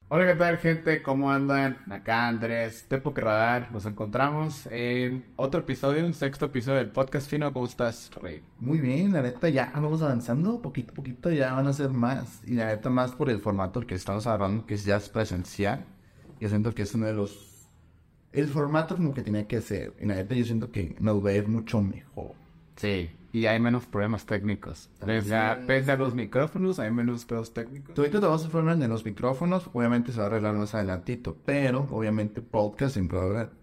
Hola, ¿qué tal, gente? ¿Cómo andan? Acá Andrés, Tepo que Radar. Nos encontramos en otro episodio, un sexto episodio del podcast Fino. ¿Cómo estás, Rey? Muy bien, la neta ya vamos avanzando, poquito a poquito ya van a ser más. Y la neta más por el formato que estamos hablando, que ya es presencial. Yo siento que es uno de los... El formato como que tenía que ser. Y la neta yo siento que nos va a ir mucho mejor. Sí, y hay menos problemas técnicos. Pese a los micrófonos, hay menos pedos técnicos. Ahorita te vamos a informar de los micrófonos, obviamente se va a arreglar más adelantito, pero obviamente podcast siempre va a haber.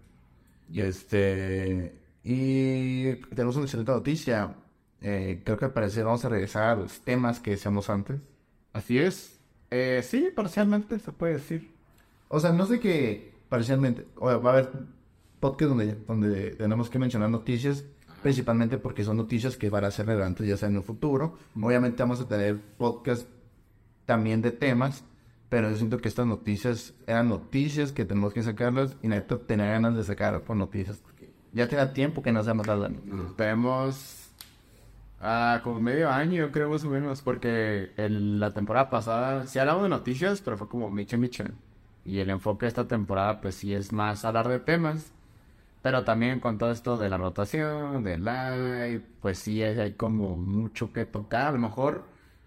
Y tenemos una excelente noticia. Creo que al parecer vamos a regresar a los temas que decíamos antes. Así es. Sí, parcialmente se puede decir. O sea, no sé qué parcialmente. Va a haber podcast donde tenemos que mencionar noticias, principalmente porque son noticias que van a ser relevantes ya sea en el futuro. Obviamente vamos a tener podcast también de temas, pero yo siento que estas noticias eran noticias que tenemos que sacarlas y neta tenía ganas de sacar por noticias porque ya tenía tiempo que no se hemos dado. Nos vemos como medio año, yo creo, más o menos, porque en la temporada pasada sí hablamos de noticias, pero fue como Miche Miche. Y el enfoque de esta temporada, pues sí es más hablar de temas, pero también con todo esto de la rotación, del live, pues sí hay como mucho que tocar. A lo mejor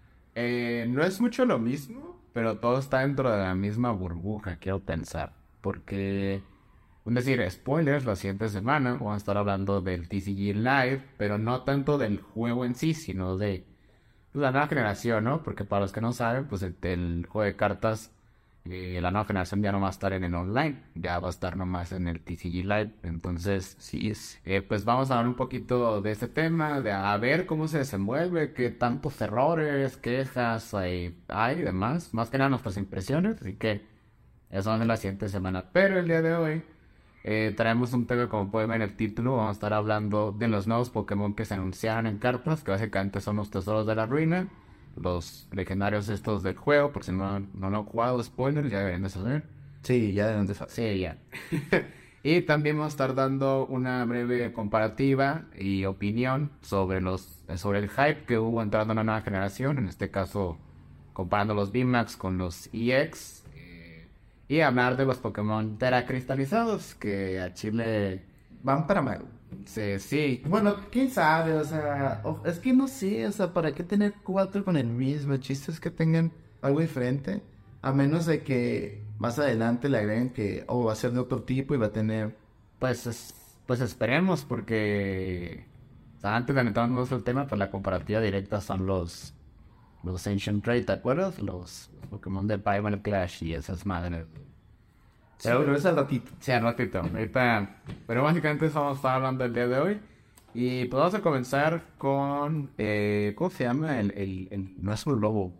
no es mucho lo mismo, pero todo está dentro de la misma burbuja, quiero pensar. Porque, es decir, spoilers, la siguiente semana vamos a estar hablando del TCG Live, pero no tanto del juego en sí, sino de la nueva generación, ¿no? Porque para los que no saben, pues el juego de cartas, la nueva generación ya no va a estar en el online, ya va a estar nomás en el TCG Live. Entonces, Sí, es. pues vamos a hablar un poquito de este tema, de a ver cómo se desenvuelve, qué tantos errores, quejas hay y demás. Más que nada nuestras impresiones, así que eso va a ser la siguiente semana. Pero el día de hoy traemos un tema, como pueden ver en el título, vamos a estar hablando de los nuevos Pokémon que se anunciaron en cartas, que básicamente son los tesoros de la ruina, los legendarios estos del juego, por si no lo han jugado, spoilers, ya deberían de saber. Sí, ya de dónde sabes. Sí, ya. Y también vamos a estar dando una breve comparativa y opinión sobre el hype que hubo entrando en la nueva generación, en este caso comparando los VMAX con los EX, y hablar de los Pokémon teracristalizados que a Chile Van para mal. sí, Bueno, quién sabe, o sea, es que no sé, o sea, ¿para qué tener cuatro con el mismo? El chiste es que tengan algo diferente, a menos de que más adelante le agreguen que, va a ser de otro tipo y va a tener, pues, pues esperemos porque o sea, antes de meternos el tema, pues la comparativa directa son los Ancient Trade, ¿te acuerdas? Los Pokémon de Primal Clash y esas madres. sí, Pero, pero es al ratito. sí, al ratito. Ahorita, pero básicamente eso vamos a estar hablando el día de hoy. Y pues vamos a comenzar con, ¿cómo se llama? No es un lobo,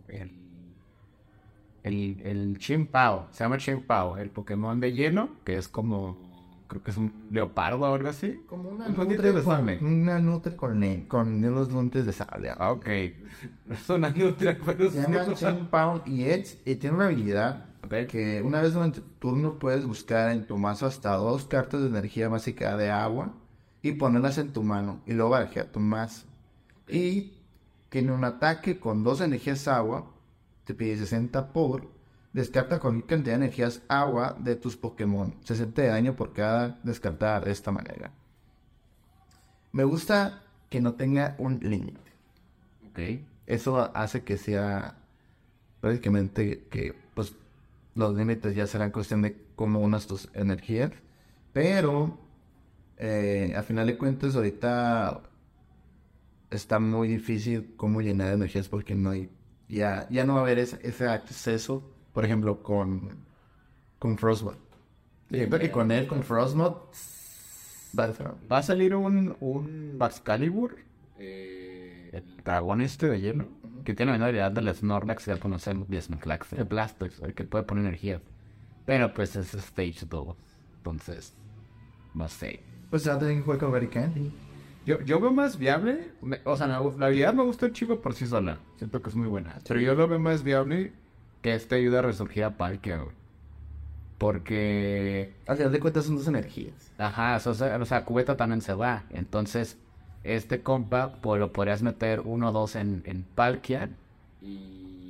el Chimpao. Se llama Chimpao, el Pokémon de hielo, que es como, creo que es un leopardo o algo así. Como Un poquito deforme. una nutria con unos dientes de sable. Ah, ok. Es una nutria, pero Se sí. llama Chen Pound y tiene una habilidad Ok. que una vez durante tu turno puedes buscar en tu mazo hasta dos cartas de energía básica de agua y ponerlas en tu mano y luego barajear tu mazo. Y que en un ataque con dos energías agua, te pide 60 descarta cualquier cantidad de energías agua de tus Pokémon. 60 de daño por cada descartada de esta manera. Me gusta que no tenga un límite. Ok. Eso hace que sea prácticamente que pues los límites ya serán cuestión de cómo unas tus energías. Pero a final de cuentas ahorita está muy difícil cómo llenar de energías porque no hay, ya no va a haber ese acceso, por ejemplo, con Frostmourne. Siento que con Frostmourne va a ser- Va a salir un Excalibur, el dragón este de hielo, que tiene la misma habilidad del Snorlax, ya conocemos, de Snorlax, el Blastoise, el que puede poner energía. Pero pues es Stage 2, entonces, no sé. pues ya tener que jugar con Very Candy. Yo veo más viable, o sea, la habilidad me gusta el chico por sí sola, siento que es muy buena. Pero yo lo veo más viable que este ayuda a resurgir a Palkia, güey. Porque Al final de cuentas son dos energías. ajá, o sea, Cubeta también se va. Entonces, este compa, pues lo podrías meter uno o dos en Palkia. Y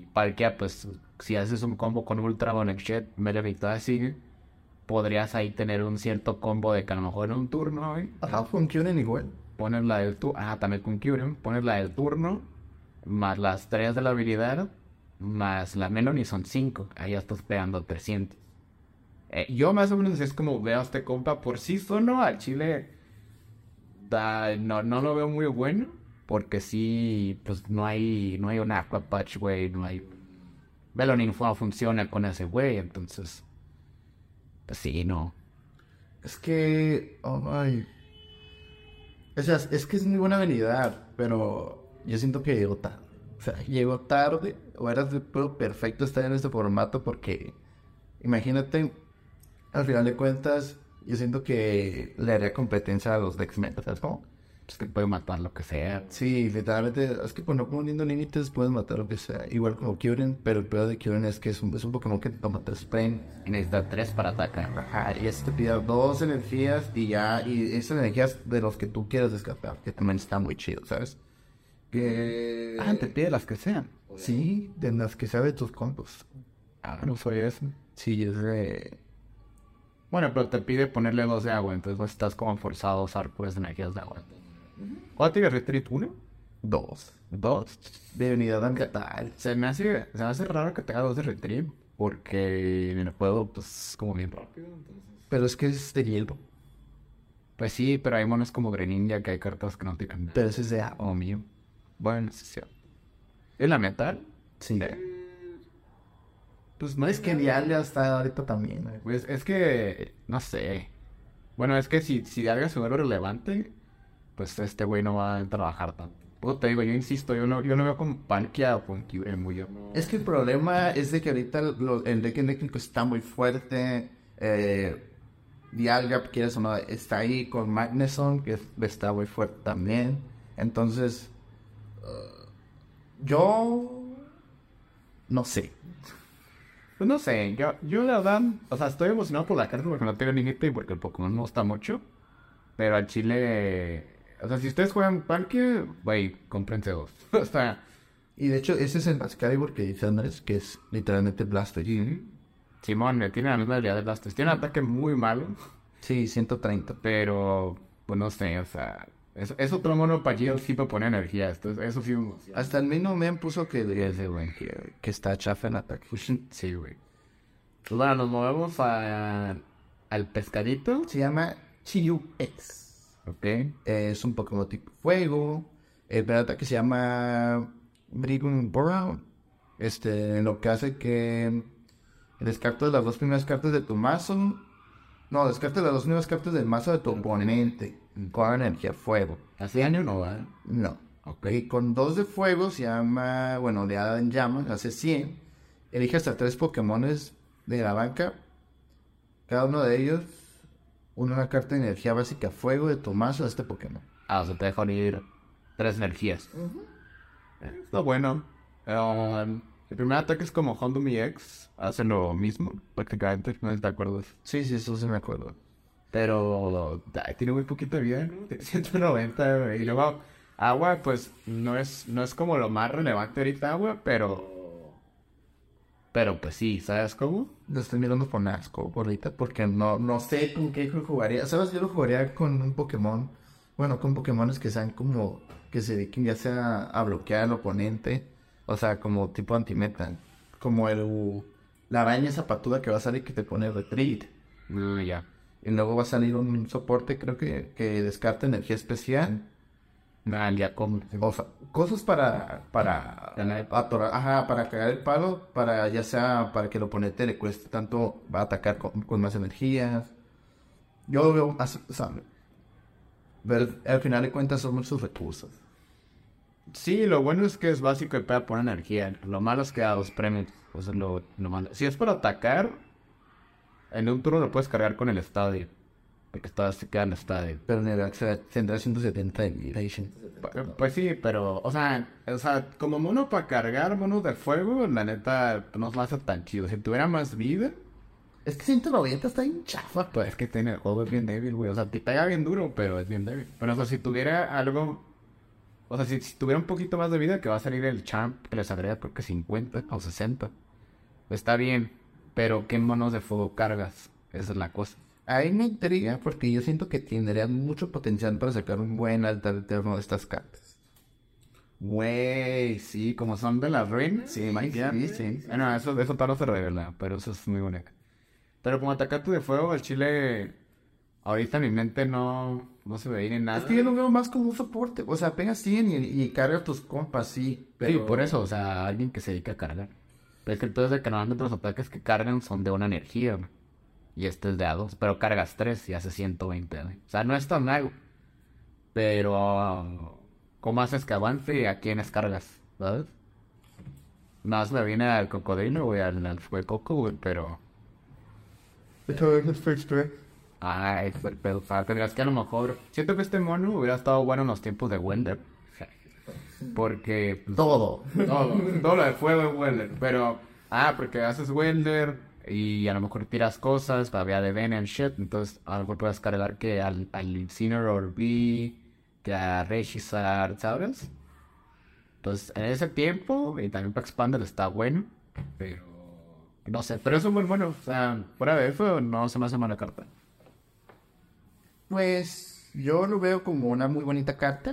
Palkia, pues, si haces un combo con Ultra o Nextjet, melee mitad así, podrías ahí tener un cierto combo de que a lo mejor en un turno, güey, Ajá, funcionan igual. pones la del turno, también con Kyurem, pones la del turno, más las 3 de la habilidad, más la Melanie son 5, ahí ya estás pegando 300. Yo más o menos es como veo a este compa por sí solo, al chile no lo veo muy bueno, porque sí, pues no hay un Aqua Patch, güey, no hay... Melonin funciona con ese güey, entonces, pues sí, no. Es que, oh, ay. O sea, es que es muy buena habilidad, pero yo siento que llegó tarde. O sea, llegó tarde, o era perfecto estar en este formato porque, imagínate, al final de cuentas, yo siento que le haría competencia a los de X-Men, ¿sabes cómo? Es que puede matar lo que sea. Sí, literalmente, es que por no poniendo límites puedes matar lo que sea, igual como Kyurem, pero el peor de Kyurem es que es un Pokémon que toma 3 Pain. Y necesita 3 para atacar. Ajá, y eso te pide 2 energías y ya, y esas energías de los que tú quieras descartar, que también está muy chido, ¿sabes? Que... Te pide las que sean. Sí, de las que sabe tus combos. No soy eso. Sí, es de... Bueno, pero te pide ponerle 2 de agua, entonces vos estás como forzado a usar pues energías de agua. ¿Cuánto tiene Retreat? ¿1? 2. 2. De unidad ambiental. Se me hace raro que tenga 2 de Retreat, porque en el juego, pues, como bien rápido, entonces... Pero es que es de hielo. Pues sí, pero hay monos como Greninja que hay cartas que no tiran nada. Pero ese es de agua. Oh, mío. Bueno, sí, sí. ¿Es la metal? Sí. Pues no Es que Dialga está ahorita también. Pues es que, no sé. Bueno, es que si Dialga se vuelve relevante, pues este güey no va a trabajar tanto. Pues te digo, yo insisto, yo no veo con Palkia o con Kyurem, muy yo no... Es que el problema es de que ahorita el deck eléctrico está muy fuerte. Dialga, quieres o no, está ahí con Magneson, que está muy fuerte también. Entonces, yo no sé. Pues no sé, yo la verdad, o sea, estoy emocionado por la carta porque no tengo límite y porque el Pokémon me gusta mucho. Pero al chile, o sea, si ustedes juegan Palkia, güey, cómprense 2. O sea, Y de hecho, ese es el Excalibur que dice Andrés, que es literalmente Blastoise. Simón tiene la misma habilidad de Blastoise. Tiene un ataque muy malo, Sí, 130. pero, pues no sé, o sea, es otro mono para Gio sí me pone energía. Eso sí me emociona. Hasta el mismo me puso que, Ese, güey. que está chafa en ataque. Sí, güey. Pues bueno, nos movemos al pescadito. Se llama Chiyu X. Ok. Es un Pokémon tipo fuego. El primer ataque se llama Brigun Brown. Lo que hace que descartes las 2 primeras cartas de tu mazo. No, descartes las 2 primeras cartas del mazo de tu oponente con energía fuego. ¿Hace año no va? No. Ok. Y con 2 de fuego se llama, bueno, de Hada en llamas, hace 100. Elige hasta 3 Pokémones de la banca. Cada uno de ellos, una carta de energía básica fuego de tu mazo de este Pokémon. O sea, te deja unir 3 energías. Está bueno. El primer ataque es como Hondo Mi X. Hace lo mismo, prácticamente. No sé si te acuerdas. Sí, eso sí me acuerdo. Pero tiene muy poquito de vida, ¿no? Tiene 190, güey. Y luego, agua, pues no es como lo más relevante ahorita, agua, pero pues sí, ¿sabes cómo? Lo estoy mirando con asco ahorita porque no sé con qué lo jugaría. ¿Sabes? Yo lo jugaría con un Pokémon. Bueno, con Pokémones que sean como... que se dediquen ya sea a bloquear al oponente. O sea, como tipo anti-meta. Como la araña zapatuda que va a salir que te pone retreat. Ya. Y luego va a salir un soporte, creo que descarta energía especial. Ya como... O sea, cosas para atorar, ajá, para cagar el palo, para ya sea para que el oponente le cueste tanto, va a atacar con más energías. Yo lo veo más, o sea, pero al final de cuentas son muchos recursos. Sí, lo bueno es que es básico y pega por energía. Lo malo es que a los premios, pues es lo malo. Si es para atacar, en un turno lo puedes cargar con el estadio. Porque todavía se queda en el estadio. Pero en el tendrá 170 de vida. Pues sí, pero, o sea, como mono para cargar monos de fuego, la neta, no se me hace tan chido. Si tuviera más vida, Es que 190 está bien chafa. pues es que el juego es bien débil, güey. O sea, te pega bien duro, pero es bien débil. Pero, o sea, si tuviera algo O sea, si tuviera un poquito más de vida, que va a salir el champ, que les agrega creo que 50 o 60. Está bien, pero ¿qué monos de fuego cargas? Esa es la cosa. Ahí me intriga porque yo siento que tendrían mucho potencial para sacar un buen altar eterno de estas cartas. Güey, sí, como son de las Ring. Sí, Mike, sí. Bueno, eso todavía no se revela, pero eso es muy bonito. Pero como atacante de fuego, el chile, ahorita en mi mente no se ve ni nada. Es que yo lo veo más como un soporte. O sea, pega 100 y carga a tus compas, sí. Sí, por eso, o sea, alguien que se dedica a cargar. Pero es que entonces de que normalmente los ataques que cargan son de una energía, güey. Y este es de A2, pero cargas 3 y hace 120, güey. O sea, no es tan algo. Pero, ¿cómo haces que avance y a quiénes cargas? ¿Sabes? Nada más me viene al cocodrilo, güey, al fuecoco, güey, pero... Ay, pero tendrías que a lo mejor... Siento que este mono hubiera estado bueno en los tiempos de Wender. Porque... Todo. Todo lo de fuego es Welder, pero... porque haces Welder y a lo mejor tiras cosas, había de Ven and shit, entonces a lo mejor puedes cargar que al Incineroar B, que a Regizard, ¿sabes? Entonces en ese tiempo, y también para Expander está bueno, pero... No sé, pero es un buen mono, o sea, fuera de eso no se me hace mala carta. Pues yo lo veo como una muy bonita carta.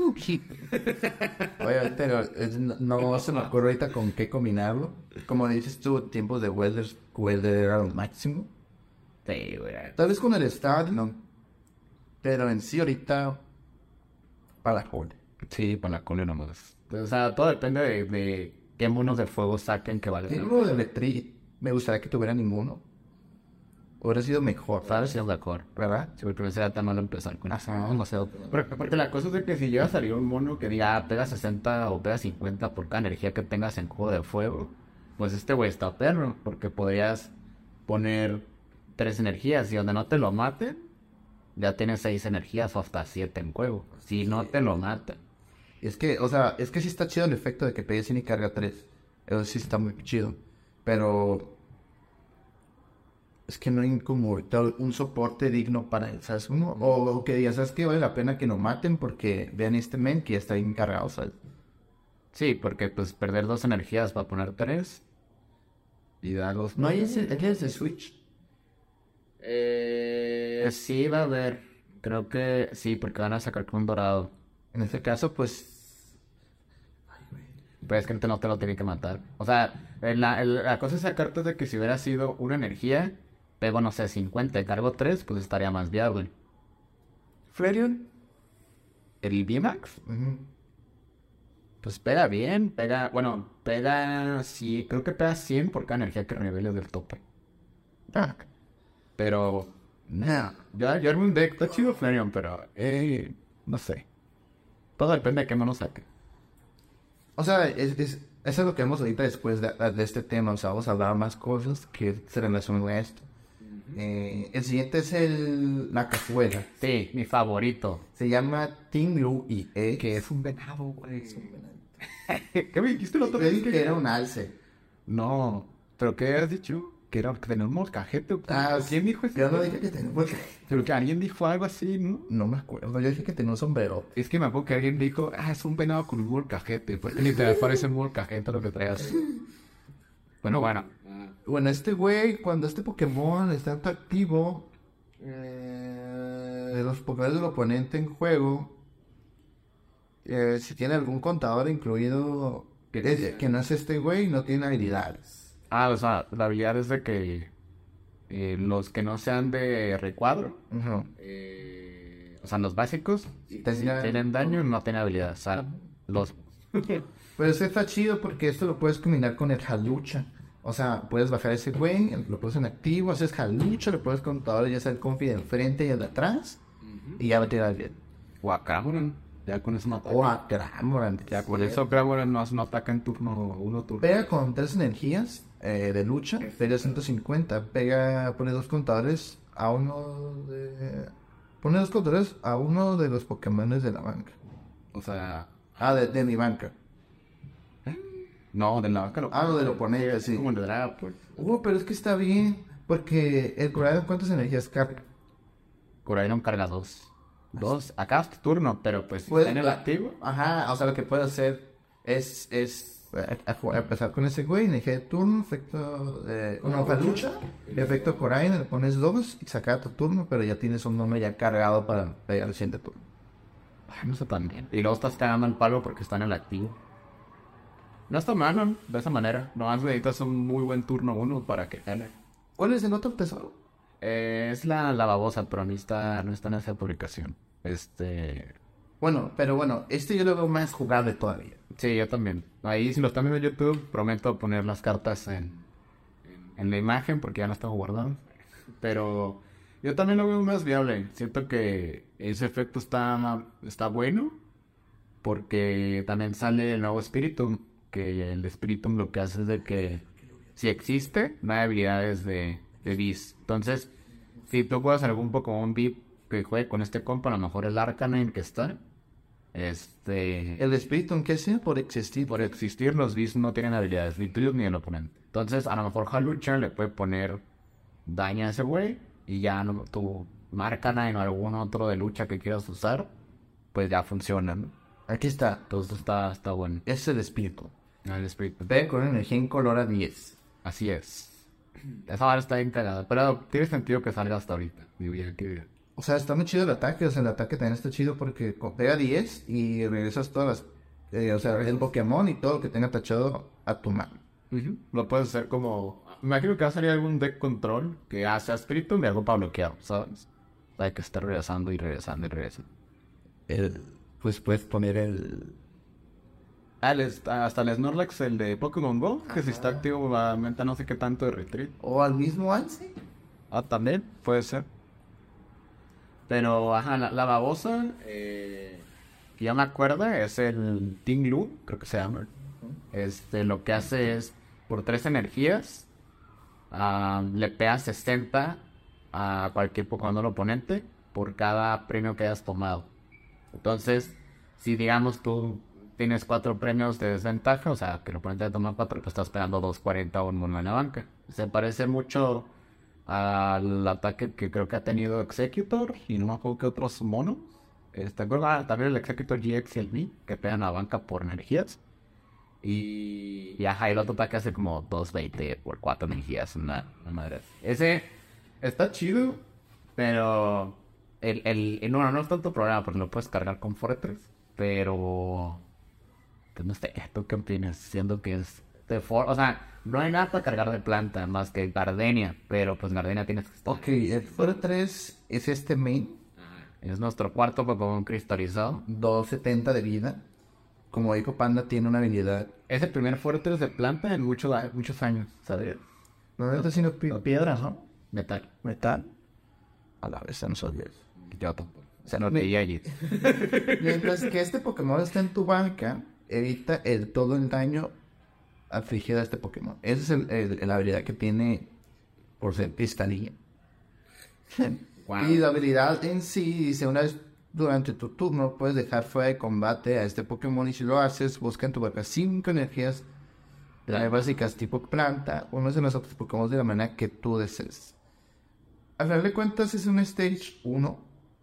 Oye, pero no se me ocurre ahorita con qué combinarlo. Como dices tú, tiempos de Welder era lo máximo. Sí, güey. Tal vez con el Start, no. Pero en sí ahorita para la Cole. Sí, para la cole nomás. O sea, todo depende de qué monos de fuego saquen que valgan. El modo de Electric me gustaría que tuviera ninguno. Hubiera sido mejor, ¿Sabes? Sí, de acuerdo. ¿verdad? Si me sería tan malo empezar con eso. Ajá. No sé. Porque la cosa es de que si llega a salir un mono que diga, pega 60 o pega 50 por cada energía que tengas en juego de fuego, pues este güey está perro. Porque podrías poner 3 energías y donde no te lo maten, ya tienes 6 energías o hasta 7 en juego. Si no te lo matan. Es que, o sea, es que sí está chido el efecto de que pegue 100 y carga 3. Eso sí está muy chido. Pero es que no hay como un soporte digno para él, ¿sabes? O que digas, ¿sabes qué? Vale la pena que lo maten porque vean este men que ya está bien cargado, ¿sabes? Sí, porque pues perder 2 energías para poner 3 y darlos. No hay ese Switch. Sí, va a haber. Creo que sí, porque van a sacar con un dorado. En este caso, pues... Pero es que no te lo tiene que matar. O sea, la cosa de esa carta es de que si hubiera sido una energía, pego, no sé, 50 y cargo 3, pues estaría más viable. Flareon. El VMAX, Ujú. pues pega bien, pega, sí, creo que pega 100 por cada energía que revele del tope. Ah, Pero, nah, yo armé un deck, está chido Flareon, pero, no sé. Todo depende de qué mono saque. o sea, eso es lo que vemos ahorita después de este tema. O sea, vamos a hablar más cosas que se relacionan a esto. El siguiente es la cazuela. Sí, mi favorito. Se llama Tinglu y Que es un venado, güey. ¿Qué me dijiste el otro Yo día? dije que era un alce. No, ¿pero qué has dicho? Que tenía un molcajete. ¿Quién dijo eso? Yo no dije que tenía un molcajete. Pero que alguien dijo algo así, ¿no? No me acuerdo. Yo dije que tenía un sombrero. Es que me acuerdo que alguien dijo, es un venado con un molcajete. Porque literal parece un molcajete lo que traes. Bueno. Bueno, este güey, cuando este Pokémon está activo, de los Pokémon del oponente en juego, si tiene algún contador incluido que no es este güey, no tiene habilidades. O sea, la habilidad es de que los que no sean de recuadro, Ujú. o sea, los básicos, si tienen daño, no tienen habilidad. O sea, los... Pues está chido porque esto lo puedes combinar con el Halucha. O sea, puedes bajar ese güey, lo pones en activo, haces Halucha, le puedes contador ya sea el confi del frente y el de atrás, y ya va a tirar bien. O a Cramoran, ya con eso no ataca. O a Cramoran. Ya por eso Cramoran no ataca en turno 1 turno. Pega con 3 energías de lucha, pega 150, pone dos contadores a uno de... Pone dos contadores a uno de los Pokémones de la banca. O sea... de mi banca. No, de la banca no, del oponente, sí. Como el de Draga, pues. Pero es que está bien, porque el Corazón, ¿cuántas energías carga? Coraidon carga 2. 2, acabas tu turno, pero pues Pues, en el activo. Ajá, o sea, lo que puedes hacer es empezar con ese güey, elegir turno, efecto, una hoja de lucha, efecto Corain, le pones 2 y sacar tu turno, pero ya tienes un nombre ya cargado para pegar el siguiente turno. Ay, no sé tan bien. Y luego estás cagando el palo porque está en el activo. No está mal, ¿no? De esa manera. Nomás necesitas un muy buen turno 1 para que gane. ¿Cuál es el otro tesoro? Es la babosa, pero no está en esa publicación. Bueno, pero bueno, yo lo veo más jugable todavía. Sí, yo también. Ahí, si lo están viendo en YouTube, prometo poner las cartas en la imagen porque ya no están guardadas. Pero yo también lo veo más viable. Siento que ese efecto está bueno porque también sale el nuevo Spiritomb. Que el Spiritomb lo que hace es de que si existe, no hay habilidades de Beast. Entonces, si tú juegas algún Pokémon VIP que juegue con este compa, a lo mejor el Arcanine que está, El espíritu, ¿qué sea? Por existir. por existir, los Beasts no tienen habilidades, ni tuyos ni del oponente. Entonces, a lo mejor Halucha le puede poner daño a ese güey, y ya no, tu Arcanine o algún otro de lucha que quieras usar, pues ya funciona, ¿no? Aquí está. Entonces está bueno. Es el espíritu. El Spiritomb. Ve con energía incolora 10. Así es. Esa vara está bien cagada, pero tiene sentido que salga hasta ahorita. Digo, ya que... O sea, está muy chido el ataque. O sea, el ataque también está chido porque pega 10 y regresas todas las... o sea, el Pokémon y todo lo que tenga tachado a tu mano. Lo puedes hacer como... Me imagino que va a salir algún deck control que hace a Spiritomb y algo para bloquear, ¿sabes? Hay que estar regresando y regresando y regresando. Pues puedes poner el... Hasta el Snorlax, el de Pokémon GO, que si está activo aumenta no sé qué tanto de retreat. O al mismo Ansem. También puede ser. Pero, ajá, la babosa, que ya me acuerdo, es el Ting-Lu, creo que se llama. Lo que hace es, por 3 energías, le pega 60 a cualquier Pokémon del oponente por cada premio que hayas tomado. Entonces, si digamos tú tienes 4 premios de desventaja, o sea, que el oponente toma 4, pues estás pegando 240 o un mono en la banca. Se parece mucho al ataque que creo que ha tenido Executor y no me acuerdo que otros monos. También el Executor GX y el Mi, que pegan a la banca por energías. Y ajá, el otro ataque hace como 220 por 4 energías, una madre. Ese está chido, pero no es tanto problema porque lo puedes cargar con Fortress, pero pues no sé, ¿tú qué opinas? Siendo que es o sea, no hay nada para cargar de planta más que Gardenia, pero pues Gardenia tienes que estar. Ok, el Fortress es este main. Es nuestro cuarto Pokémon cristalizado. 270 de vida. Como dijo Panda, tiene una habilidad. Es el primer Fortress de planta en muchos años, ¿sabes? No está haciendo piedras, ¿no? Metal. Metal. A la vez, no sabía. Yo tampoco. Se nos veía allí. Mientras que este Pokémon está en tu banca, evita todo el daño afligido a este Pokémon. Esa es la habilidad que tiene por ser cristalina. Wow. Y la habilidad en sí dice: una vez durante tu turno puedes dejar fuera de combate a este Pokémon, y si lo haces, busca en tu banca 5 energías básicas tipo planta, uno de los otros Pokémon de la manera que tú desees. Al final de cuentas es un Stage 1.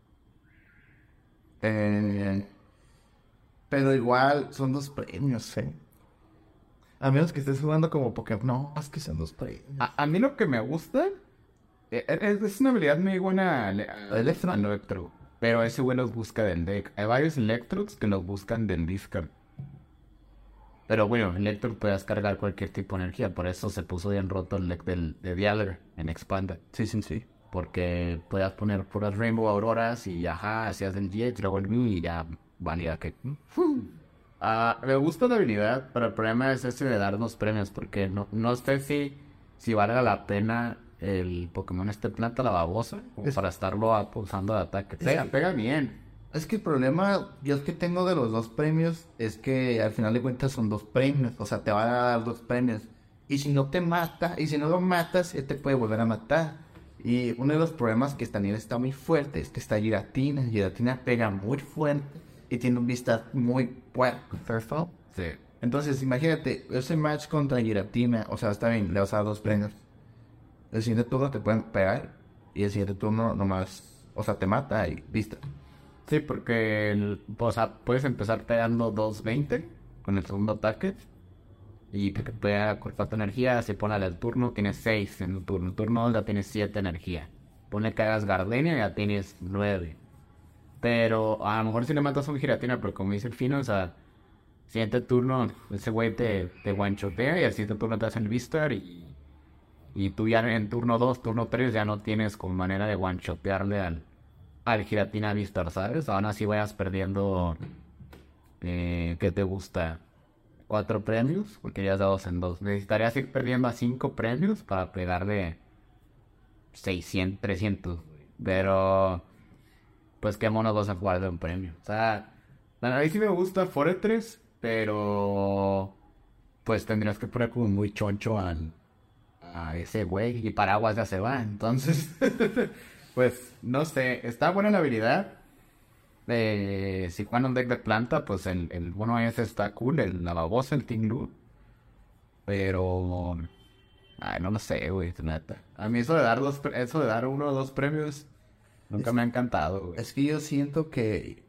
Pero igual son 2 premios, A menos que estés jugando como Pokémon. No, es que son 2 premios. A mí lo que me gusta es una habilidad muy buena Electro. Pero ese güey los busca del deck. Hay varios Electrods que los buscan del discard. Pero bueno, Electro puedes cargar cualquier tipo de energía. Por eso se puso bien roto el deck de Dialga en Expanded. Sí. Porque podías poner puras Rainbow Auroras y ajá, hacías el GX, luego el Mew y ya valía que... me gusta la habilidad, pero el problema es ese de darnos premios, porque no sé si vale la pena el Pokémon planta la babosa para estarlo usando de ataque. Pega bien. Es que el problema yo que tengo de los 2 premios es que al final de cuentas son 2 premios, o sea, te van a dar 2 premios. Y si no te mata, y si no lo matas, él te puede volver a matar. Y uno de los problemas que esta nivel está muy fuerte es que está Giratina. Giratina pega muy fuerte y tiene un vista muy fuerte. Sí. Entonces, imagínate, ese match contra Giratina, o sea, está bien, le vas a dar 2 premios. El siguiente turno te pueden pegar y el siguiente turno nomás, o sea, te mata y vista. Sí, porque o sea, puedes empezar pegando 220 con el segundo ataque. Y te puede cortar tu energía. Si pones el turno, tienes 6 en el turno. El turno 2 ya tienes 7 energía. Pone que hagas Gardenia, ya tienes 9. Pero a lo mejor si le matas a un Giratina, pero como dice el Fino, o sea, siguiente turno, ese güey te one-shotea y al siguiente turno te hace el Vistar y tú ya en turno 2 turno 3 ya no tienes como manera de one-shotearle al Giratina Vistar, ¿sabes? Aún así vayas perdiendo, ¿qué te gusta? 4 premios, porque ya es de 2 en 2. Necesitarías ir perdiendo a 5 premios para pegarle 600, 300. Pero, pues qué monos vas a jugar de un premio. O sea, la nariz sí me gusta Fortress, pero pues tendrías que poner como muy choncho a ese güey. Y Paraguas ya se va, entonces, pues no sé, está buena la habilidad. Si juegan un deck de planta, pues el bueno ese está cool, la babosa, el Tinglu. Pero, ay, no lo sé, güey, neta. A mí eso de dar uno o dos premios nunca me ha encantado, güey. Es que yo siento que...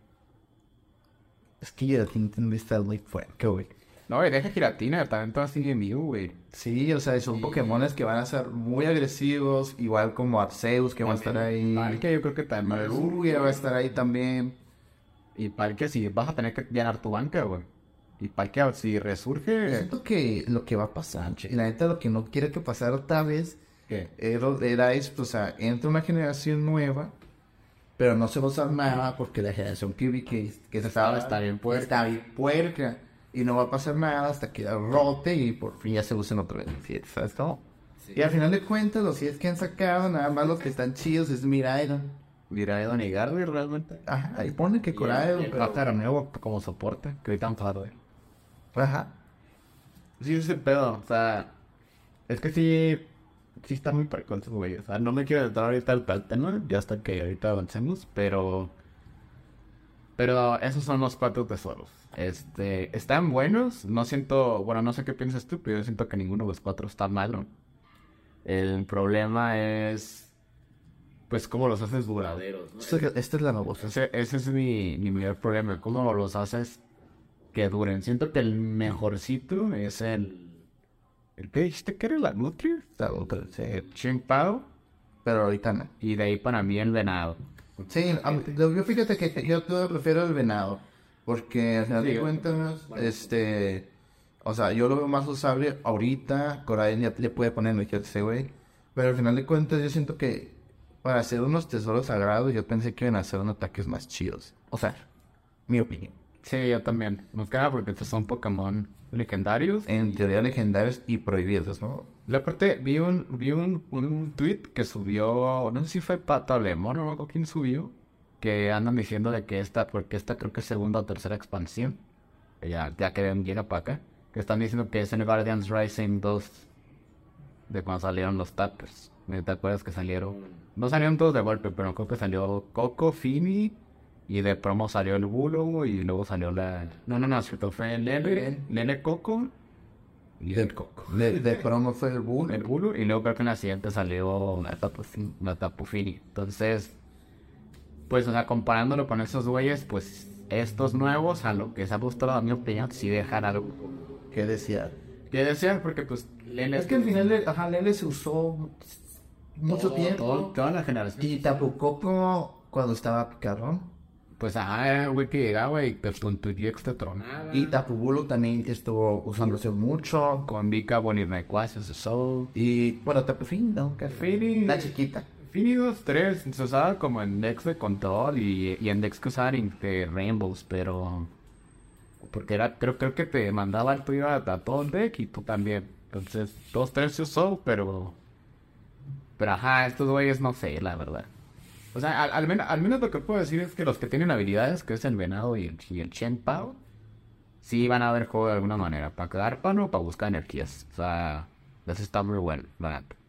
Es que yo Tintin está muy fuerte, güey. No, y deja Giratina, también todo así en vivo, güey. Sí, o sea, son Pokémones que van a ser muy agresivos, igual como Arceus, que va a estar ahí. Palkia yo creo que también. Lugia va a estar ahí también. Y Palkia sí, vas a tener que llenar tu banca, güey. Y Palkia si resurge... Siento que lo que va a pasar, y la neta lo que no quiero que pasara otra vez, ¿Qué? era esto, o sea, entra una generación nueva, pero no se va a usar nada porque la generación que se estaba Está bien puerca. está bien puerca, y no va a pasar nada hasta que rote y por fin ya se usen otra vez. ¿Sí? ¿Sabes cómo? Sí. Y al final de cuentas, los 10 que han sacado, nada más los que están chidos es Miraidon. Miraidon y Gardevoir realmente. Ajá, ahí pone que Coraidon, El Pájaro Nuevo como soporte, que ahorita vamos a hablar de él. Ajá. Sí, ese pedo, o sea, es que sí está muy precoz, güey. O sea, no me quiero entrar ahorita al tema, ya hasta que ahorita avancemos, pero esos son los 4 tesoros. Están buenos, no siento, bueno, no sé qué piensas tú, pero yo siento que ninguno de los 4 está malo. El problema es, pues, cómo los haces duraderos, ¿no? Esta es la babosa. Ese es mi mayor problema, cómo los haces que duren. Siento que el mejorcito es ¿el que dijiste que era la Nutria? La otra, sí. Chimpao. Pero ahorita no. Y de ahí para mí el venado. Sí, yo fíjate que yo todavía prefiero el venado. Porque al final Sí, de cuentas, o sea, yo lo veo más usable ahorita. Corail ya le puede poner energía a ese güey. Pero al final de cuentas, yo siento que para hacer unos tesoros sagrados, yo pensé que iban a hacer unos ataques más chidos. O sea, mi opinión. Sí, yo también. Nos queda porque estos son Pokémon legendarios. En teoría legendarios y prohibidos, ¿no? La aparte, vi un tweet que subió, no sé si fue Pato Lemon o algo, quién subió, que andan diciendo de que porque esta creo que es segunda o tercera expansión, que ya que llega para acá, que están diciendo que es en Guardians Rising 2, de cuando salieron los Tappers. ¿Te acuerdas que salieron? No salieron todos de golpe, pero creo que salió Coco, Fini, y de promo salió el Bulo, y luego salió No, cierto, fue Nene Coco, y el Coco. De promo fue el Bull. El Bulo, y luego creo que en la siguiente salió la Tapu Fini. Entonces, pues, o sea, comparándolo con esos güeyes, pues, estos nuevos, a lo que se ha gustado, a mi opinión, sí dejan algo ¿Qué decía? que desear, porque, pues, Es que al final, Lele se usó mucho tiempo. Toda la generación. Y Tapu Koko cuando estaba picarón. Pues, era güey que llegaba y pues, con tu GX te tronaba. Y Tapu Bulu también estuvo usándose mucho. Con Vika, Bonirnecuacios, eso. Y bueno, Tapu Fini, ¿no? Fini. La chiquita. Fini 2, 3, se usaba como en decks de control y en decks que usaban de Rainbows, pero... Porque creo que te mandaba el tuyo a todo el deck y tú también. Entonces, 2, 3 se usó, pero ajá, estos güeyes no sé, la verdad. O sea, al menos lo que puedo decir es que los que tienen habilidades, que es el venado y el Chen Pao, sí van a ver juego de alguna manera. Para quedar pano o para buscar energías. O sea, eso está muy bueno, la neta.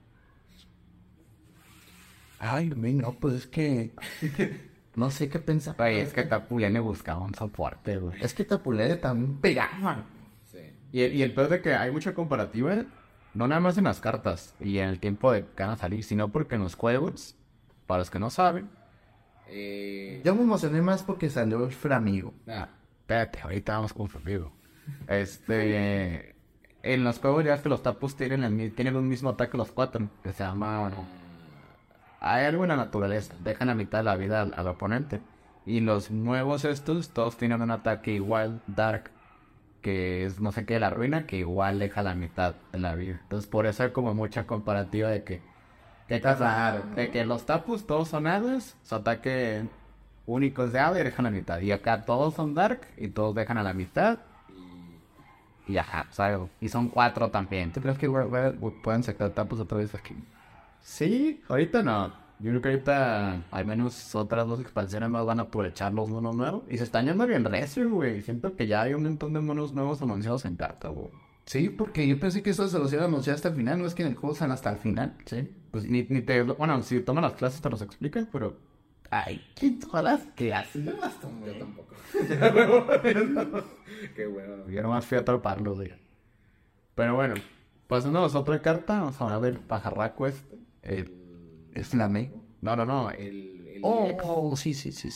Ay, no, pues es que... no sé qué pensar. Güey, es que Tapulene buscaba un soporte, güey. Es que Tapulene también pegaba. Sí. Y el peor de que hay mucha comparativa, no nada más en las cartas y en el tiempo de que van a salir, sino porque en los juegos, para los que no saben, Yo me emocioné más porque salió el Flamigo. Espérate, ahorita vamos con Flamigo. En los juegos ya es que los tapus tienen un mismo ataque los cuatro, que se llama, bueno, hay algo en la naturaleza, dejan a mitad de la vida al oponente. Y los nuevos estos, todos tienen un ataque igual, Dark, que es no sé qué de la ruina, que igual deja la mitad de la vida. Entonces por eso hay como mucha comparativa de que los tapus todos son hadas, su ataque único es de hada y dejan la mitad. Y acá todos son Dark y todos dejan a la mitad. Y ajá, ¿sabes? Y son 4 también. ¿Tú crees que puedan sacar tapos otra vez aquí? Sí, ahorita no. Yo creo que ahorita al menos otras 2 expansiones más van a aprovechar los monos nuevos. Y se están yendo bien recio, güey. Siento que ya hay un montón de monos nuevos anunciados en carta, güey. Sí, porque yo pensé que eso se los iban a anunciar hasta el final. No es que en el juego sean hasta el final. Sí. Pues ni te... Bueno, si toman las clases te los explican, pero... Ay, qué todas que hacen. Yo tampoco. Qué bueno. Yo nomás fui a atraparlo, güey. Pero bueno, pasando a otra carta, vamos a ver pajarraco este. ¿Es Flamigo? No. Sí.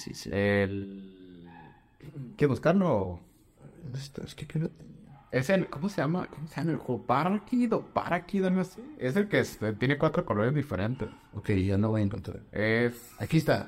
¿Quieres buscarlo? Es que creo... Es el... ¿Cómo se llama? El juego? Paraquid, algo así. Es el que tiene 4 colores diferentes. Ok, ya no voy a encontrar. Aquí está.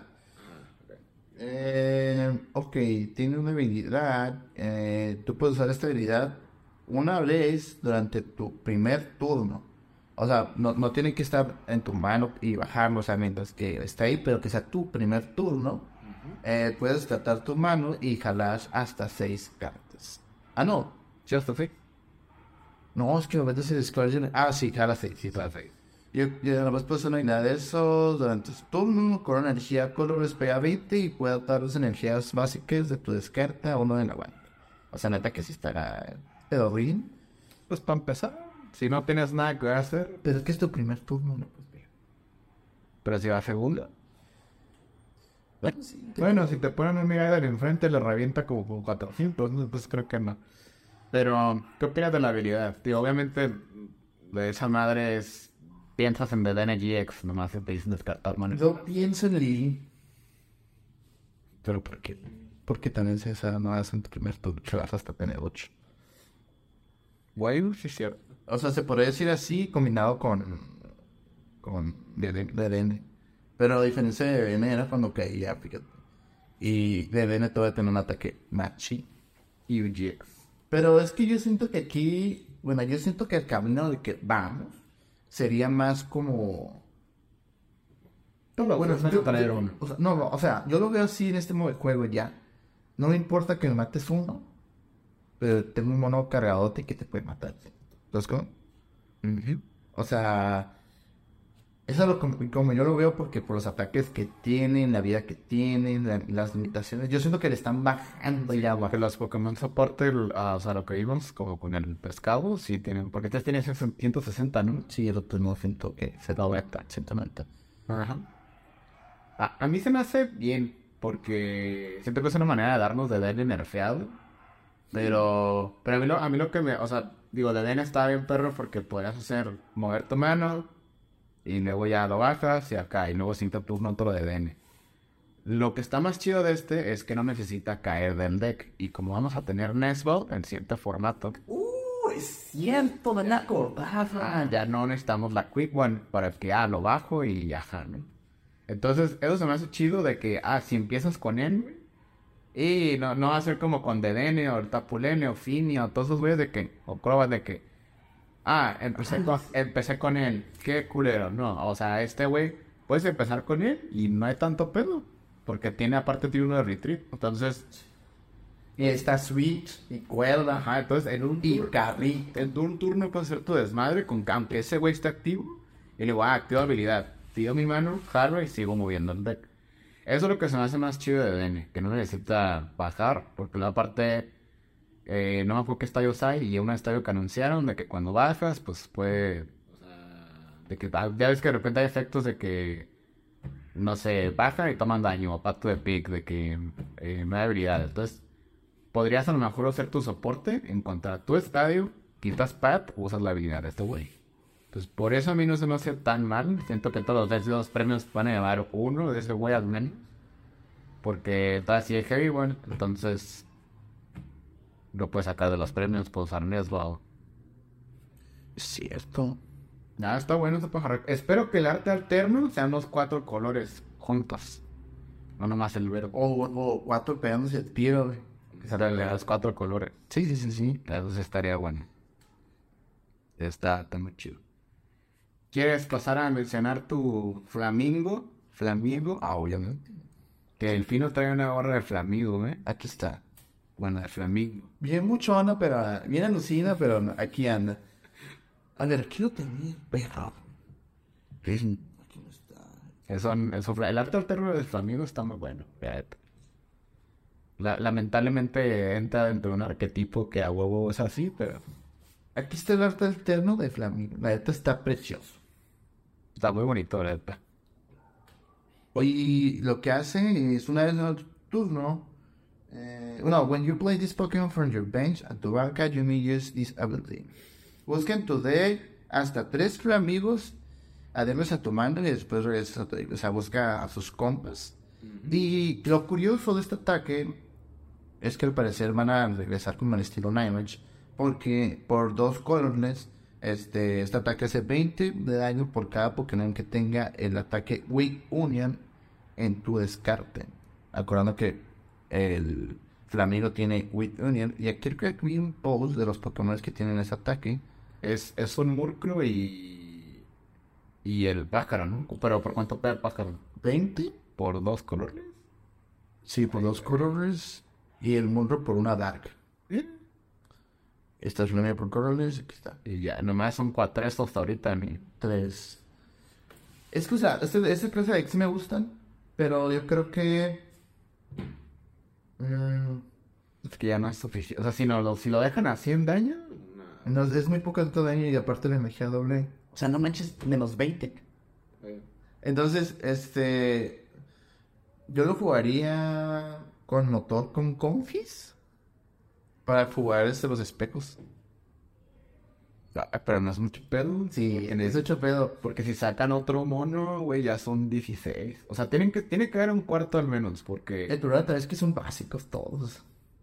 Ok, tiene una habilidad. Tú puedes usar esta habilidad una vez durante tu primer turno. O sea, no tiene que estar en tu mano y bajarlo, o sea, mientras que está ahí, pero que sea tu primer turno. Puedes tratar tu mano y jalar hasta 6 cartas. Ah, no. Just a thing. No, es que momento se descarga. Ah, sí, jala 6. Sí, jala 6. Yo además puedo hacer una unidad de eso durante su turno, con una energía color pega 20 y puedo dar las energías básicas de tu descarta o uno de la guanta. O sea, neta que sí estará pero bien. Pues para empezar, si no tienes nada que hacer. Pero es que es tu primer turno, no pues bien. Pero si va a segunda. Bueno, sí, Bueno, si te ponen un Miguel enfrente le revienta como con 400, pues creo que no. Pero, ¿qué opinas de la habilidad? Tío, obviamente, de esa madre es... Piensas en DDN GX, nomás te dicen descartar, man. Yo pienso en Lili. ¿Pero por qué? Porque también se esa no es en tu primer turno, que vas hasta tener 8. Bueno, sí es cierto. O sea, se podría decir así combinado con DDN. Pero la diferencia de DDN era cuando caía, fíjate. Y DDN todavía tiene un ataque machi. Y GX. Pero es que yo siento que aquí, bueno, yo siento que el camino de que vamos sería más como... Bueno, es traer uno. O sea, no, o sea, yo lo veo así en este modo de juego ya. No me importa que me mates uno, pero tengo un mono cargadote que te puede matar. ¿Entonces cómo? O sea, eso es como yo lo veo porque por los ataques que tienen, la vida que tienen, las limitaciones, yo siento que le están bajando ya. Que los Pokémon soporte, o sea, lo que vimos como con el pescado, sí tienen, porque este tiene 160, ¿no? Sí, el otro no siento que se da 190. Ajá. A mí se me hace bien, porque siento que es una manera de darnos de DN nerfeado. Pero a mí lo que me... O sea, digo, de DN está bien, perro, porque podrías hacer mover tu mano y luego ya lo bajas y acá, y luego sin turno otro de DN. Lo que está más chido de este es que no necesita caer del deck. Y como vamos a tener Nesball en cierto formato... Es cierto, de la cordada. Ya no necesitamos la Quick One para que lo bajo y ajá, ¿no? Entonces, eso se me hace chido de que, si empiezas con él, y no va a ser como con DDN o Tapulene o Fini o todos esos güeyes de que, o Crobat de que, empecé con él, qué culero, no, o sea, este güey, puedes empezar con él y no hay tanto pedo, porque tiene uno de retreat, entonces... Y está Switch y cuerda. Ajá, entonces en un turno puedes hacer tu desmadre con que aunque ese güey esté activo, y le digo, activo habilidad. Tiro mi mano, jalo y sigo moviendo el deck. Eso es lo que se me hace más chido de DN, que no necesita bajar, porque la parte, no me acuerdo qué estadio hay, y un estadio que anunciaron de que cuando bajas, pues puede, o sea, de que ya ves que de repente hay efectos de que, no sé, bajan y toman daño, o pacto de pick, de que me da habilidad. Entonces, podrías a lo mejor hacer tu soporte, encontrar tu estadio, quitas pat, usas la habilidad de este güey. Pues por eso a mí no se me hace tan mal. Siento que todos los premios van a llevar uno de ese güey al menos. Porque todavía sí es heavy, bueno, entonces lo puedes sacar de los premios, puedes usar riesgo. Es cierto. Nada, está bueno ese pajarraco. Espero que el arte alterno sean los 4 colores juntos. No nomás el verde. O 4 pegándose el tiro, güey. Que salgan los 4 colores. Sí. Eso sí estaría bueno. Está muy chido. ¿Quieres pasar a mencionar tu flamingo? Flamingo. Ah, obviamente. Que el Fino trae una gorra de flamingo, ¿eh? Aquí está. Bueno, de flamingo. Bien muchona, pero... Bien alucina, pero no, aquí anda. A ver, aquí lo tenía, perro. Aquí no está. El arte alterno del flamingo está muy bueno. Fíjate. Lamentablemente entra dentro de un arquetipo que a huevo es así, pero Aquí está el arte alterno de Flamingo. La neta está precioso. está muy bonito, la neta. Oye, lo que hace es una vez en el turno. No, when you play this Pokémon from your bench at tu banca, you may use this ability. Busca en tu deck hasta 3 Flamingos, además a tu mano y después regresas a tu deck. O sea, busca a sus compas. Y lo curioso de este ataque es que al parecer van a regresar como el estilo Nightmare, porque por 2 colorless, este ataque hace 20 de daño por cada Pokémon que tenga el ataque Weak Union en tu descarte. Acordando que el Flamingo tiene Weak Union, y aquí creo que vi un post de los Pokémon que tienen ese ataque. Es un Murkrow y el pájaro, ¿no? Pero ¿por cuánto pega el pájaro? 20 ¿Por 2 colores? Sí, por 2 colorless. Y el Murkrow por una Dark. Esta es la por colorless. Aquí está. Y ya, nomás son 4 estos ahorita, mi. 3. Es que, o sea, este clase de decks sí me gustan. Pero yo creo que... Es que ya no es suficiente. O sea, si lo dejan así en daño... no, es muy poco de daño y aparte la energía doble. O sea, no manches, menos 20. Entonces, yo lo jugaría con motor con Confis para jugar los espejos. Pero no es mucho pedo. Sí, es mucho pedo. Porque si sacan otro mono, güey, ya son 16. O sea, tiene que haber un cuarto al menos, porque... El problema es que son básicos todos.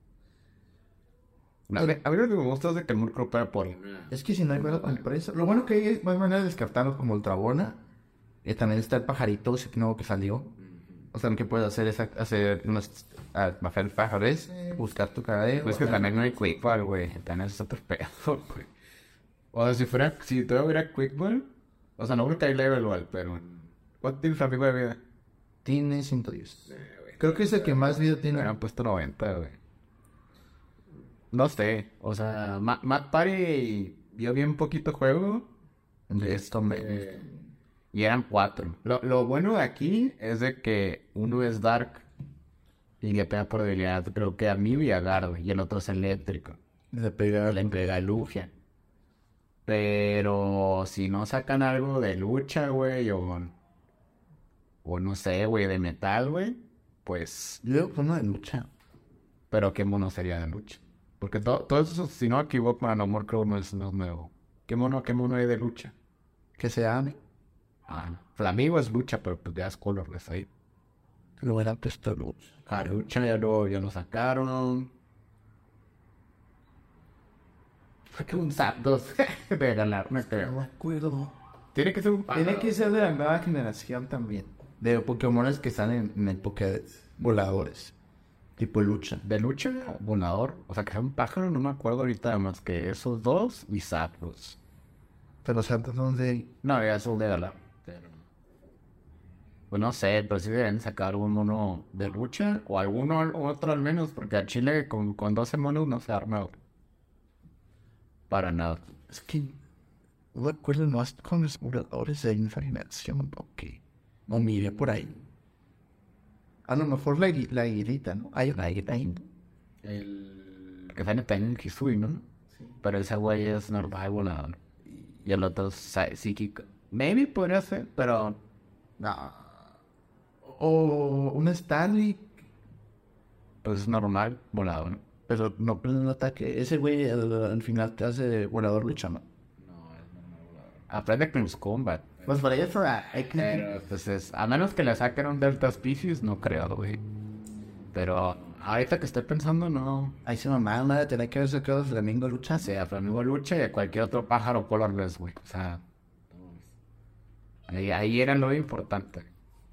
A mí lo que me gusta es de que el Murkrow pega por... Es que si no hay bueno para eso. Lo bueno que hay es manera de descartarlo como Ultraborna. Y también está el pajarito, ese nuevo que salió. O sea, lo que puedes hacer es hacer unos... bajar el pájaro buscar tu cagadero. Pues que también no hay Quick Ball, güey. También es otro pedo, güey. O sea, si todavía hubiera Quick Ball... O sea, no creo que hay Level Ball, pero... ¿Cuánto tiene el amigo de vida? Tiene 110. Creo que es el que más vida tiene. Me han puesto 90, güey. No sé. O sea, Matt Party dio bien poquito juego. Esto Y eran 4. Lo bueno de aquí es de que uno es Dark y le pega por debilidad, creo que a mí y a Gardo, y el otro es eléctrico. Le pega a Lugia. Pero si no sacan algo de lucha, güey, o no sé, güey, de metal, güey, pues... Yo uno de lucha. Pero ¿qué mono sería de lucha? Porque todo eso, si no me equivoco, no, Murkrow no es nuevo. ¿Qué mono hay de lucha? Que se ame. Flamingo es lucha, pero pues ya es colorless ahí. Lo era puesto lucha. Lucha ya lo sacaron. Fue que un Zapdos de ganar, no creo. No me acuerdo. Tiene que ser Tiene que ser de la nueva generación también. De Pokémones que están en el Pokédex. Voladores. Tipo lucha. de lucha, volador. O sea, que sea un pájaro, no me acuerdo ahorita más que esos dos y Zapdos. Pero Santos son de... No, ya es el de ganar. Pues no sé, pero sí deben sacar un mono de lucha o alguno otro al menos, porque a Chile con 12 monos no se arma, güey. Para nada. Es que... No recuerdo más con los voladores de esa generación. Ok. No mire por ahí. A lo mejor la aguilita, ¿no? Hay una aguilita ahí. El que sale en Hisui, ¿no? Sí. Pero ese güey es normal volador. Y el otro es psíquico. Maybe podría ser, pero... No. O un Starly. Pues es normal volador. Pero no prende un ataque. Ese güey al final te hace volador lucha, ¿no? No, es normal volador. Aprende Close Combat. Pues para eso hay que... Pero, pues a menos que le saquen un Delta Species, no creo, güey. Pero ahorita que estoy pensando, no. Ahí se mamá, nada de tener que ver sacado el Flamingo Lucha. O sea, Flamingo Lucha y cualquier otro pájaro colorless, güey. O sea, ahí era lo importante.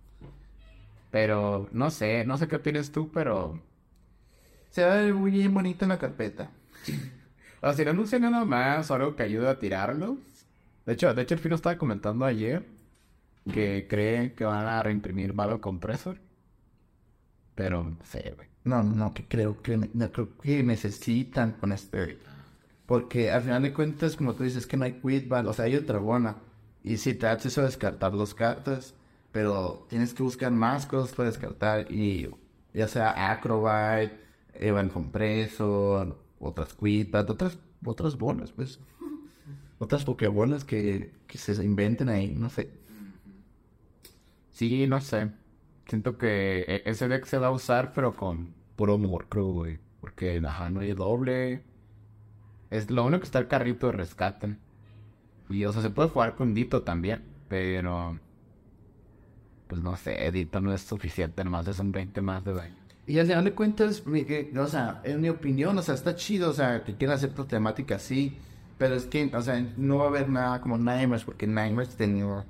Pero no sé qué opinas tú, pero... Se ve muy bien bonito en la carpeta. O sea, si no anuncia nada más o algo que ayude a tirarlos. De hecho, el Fino estaba comentando ayer que cree que van a reimprimir Battle Compressor. Pero no sé, güey. No, no creo que necesitan con Spirit. Porque al final de cuentas, como tú dices, que no hay Quidball, o sea, hay otra buena. Y si te haces eso descartar dos cartas, pero tienes que buscar más cosas para descartar. Y ya sea Acrobat, Evan Compressor, otras Quidball, otras bolas, pues. Otras Pokébolas que se inventen ahí, no sé. Sí, no sé. Siento que ese deck se va a usar, pero con puro humor, creo, güey. Porque, ajá, no hay doble. Es lo único que está el carrito de rescate. Y, o sea, se puede jugar con Dito también. Pero, pues no sé, Dito no es suficiente. Nomás es un 20 más de daño. Y al final de cuentas, o sea, en mi opinión, o sea, está chido, o sea, que quieran hacer tu temática así. Pero es que, o sea, no va a haber nada como Nightmares, porque Nightmares tenía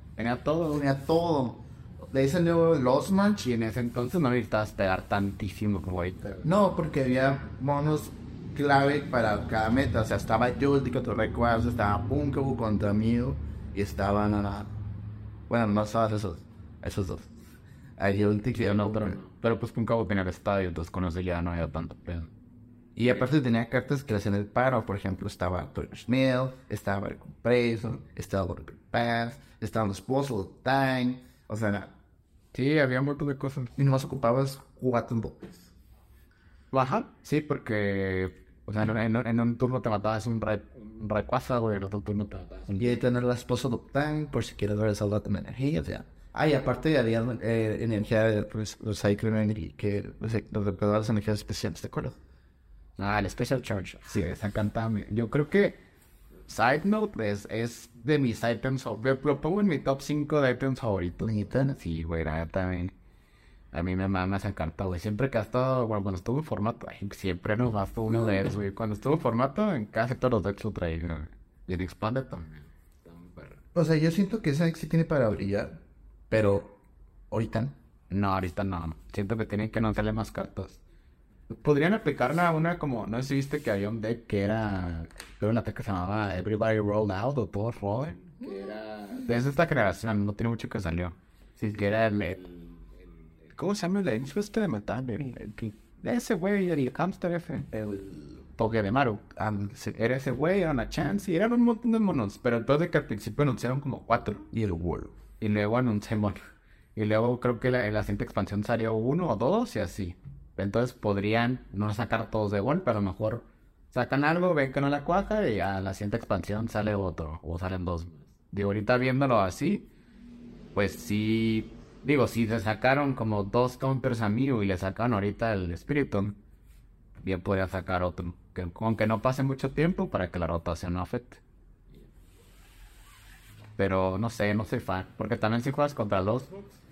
todo. De ahí salió Lost March. Y en ese entonces no necesitabas pegar tantísimo como ahorita. No, porque había monos clave para cada meta. O sea, estaba Yulti contra Rayquaza, estaba Punkabu contra Mew, y estaban bueno, no estaban esos dos. A Yulti que No, pero pues con cabo tenía el estadio, entonces con eso ya no había tanto pedo. y aparte tenía cartas que le hacían el paro. Por ejemplo, estaba Torch Mill, estaba el Compressor, estaba Worker Pass, estaban los Puzzle Time. O sea, Sí, había un montón de cosas. y nomás ocupabas 4 bloques. Baja, sí, porque, o sea, en un turno te matabas un Rayquaza, güey, en otro turno te matabas un... Y ahí tener las Puzzle Time por si quieres ver esa de energía. O sea, y aparte había energía de Recycling Energy, que los recuerdo las energías especiales, ¿te acuerdas? Ah, el Special Charge. Sí, esa encanta. Yo creo que Side Note es de mis items. Lo pongo en mi top 5 de items favoritos. Neta. Sí, güey, la neta, también. A mí me mama esa carta, güey. Siempre que ha estado, bueno, cuando estuvo en formato, ay, siempre nos gastó uno de esos, güey. Cuando estuvo en formato, en casi todos los decks lo traía, güey. Y en Expanded también. Está muy perro. O sea, yo siento que esa sí tiene para brillar, pero ahorita no. No, ahorita no. Siento que tienen que no hacerle más cartas. Podrían aplicarla a una como, no sé si viste que había un deck que era, creo un ataque que se llamaba Everybody Roll Out o todos rollen. Que era desde esta generación, no tiene mucho que salió. Sí, que era ¿cómo se llama el intro este de metal? Ese güey, el hamster ese, el Poké de Maru. Era ese güey, era una chance, y eran un montón de monos. Pero entonces que al principio anunciaron como 4. Y el World. Y luego anunciaron. Y luego creo que en la siguiente expansión salió 1 o 2 y así. Entonces podrían no sacar todos de golpe, a lo mejor sacan algo, ven que no la cuaja y a la siguiente expansión sale otro, o salen 2 más. Digo, ahorita viéndolo así, pues sí, digo, si se sacaron como 2 counters a Mew y le sacaron ahorita el Spiritomb, bien podría sacar otro, que aunque no pase mucho tiempo para que la rotación no afecte. Pero no sé, no soy fan, porque también si juegas contra los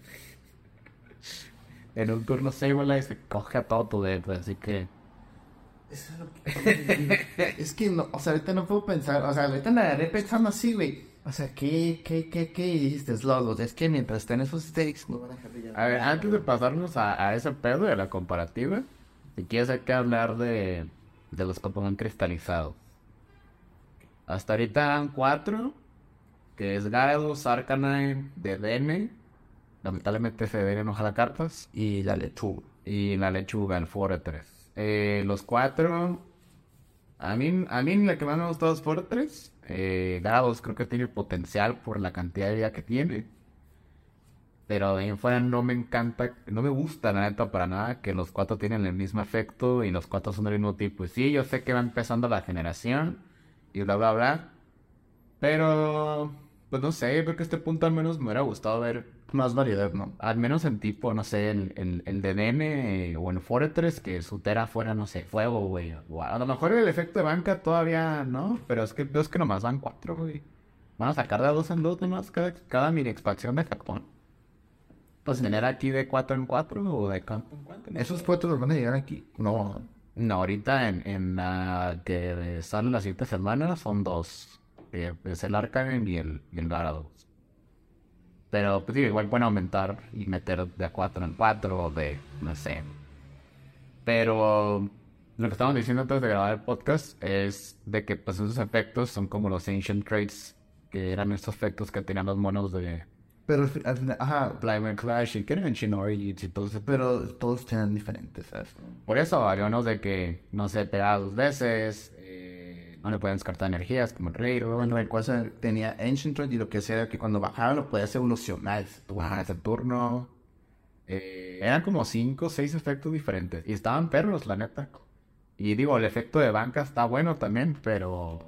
en un turno Sableye se coge a todo tu deck, así que... Eso es lo que... es que no, o sea, ahorita no puedo pensar, o sea, ahorita me agarré pensando así, güey. O sea, ¿qué? Y dijiste, Slogos, es que mientras estén esos stakes no van a dejar de llamar. A ver, antes de pasarnos a ese pedo de la comparativa, si quieres hay que hablar de los Pokémon cristalizados. Hasta ahorita eran 4, que es Gyarados, Arcanine, Dedenne. Lamentablemente ese Dedenne no jala cartas. Y la lechuga. Y la lechuga, el Fortress. Los 4... A mí la que más me ha gustado es Fortress. Gyarados creo que tiene potencial por la cantidad de vida que tiene. Pero de ahí en fuera no me encanta, no me gusta la neta para nada que los 4 tienen el mismo efecto y los 4 son del mismo tipo. Y sí, yo sé que va empezando la generación y bla bla bla. Pero, pues no sé, creo que a este punto al menos me hubiera gustado ver Más variedad, ¿no? al menos en tipo, no sé, el de Nene o en Fortress, que su Tera fuera, no sé, fuego, güey. O a lo mejor el efecto de banca todavía no, pero es que nomás van 4, güey. Van a sacar de 2 en 2 nomás cada mini expansión de Japón. efectos tener aquí de 4 en 4 o de 4 en 4. ¿Esos cuatro van a llegar aquí? No. No, ahorita en la que salen las 7 semanas son 2. Es el Arcane y el Gyarados. Pero pues sí, igual pueden aumentar y meter de 4 en 4 o de, no sé. Pero lo que estábamos diciendo antes de grabar el podcast es de que pues esos efectos son como los Ancient Traits, que eran estos efectos que tenían los monos de Pero al final, ajá, Blind Clash y que eran Shinori y todo eso. pero todos tienen diferentes, ¿sabes? Por eso había unos de que no se pegaba 2 veces, no le pueden descartar energías como el rey. Bueno, el cual tenía Ancient Trade y lo que hacía era que cuando bajaba lo podías evolucionar. Ese turno. Eran como 5 o 6 efectos diferentes. Y estaban perros, la neta. Y digo, el efecto de banca está bueno también, pero.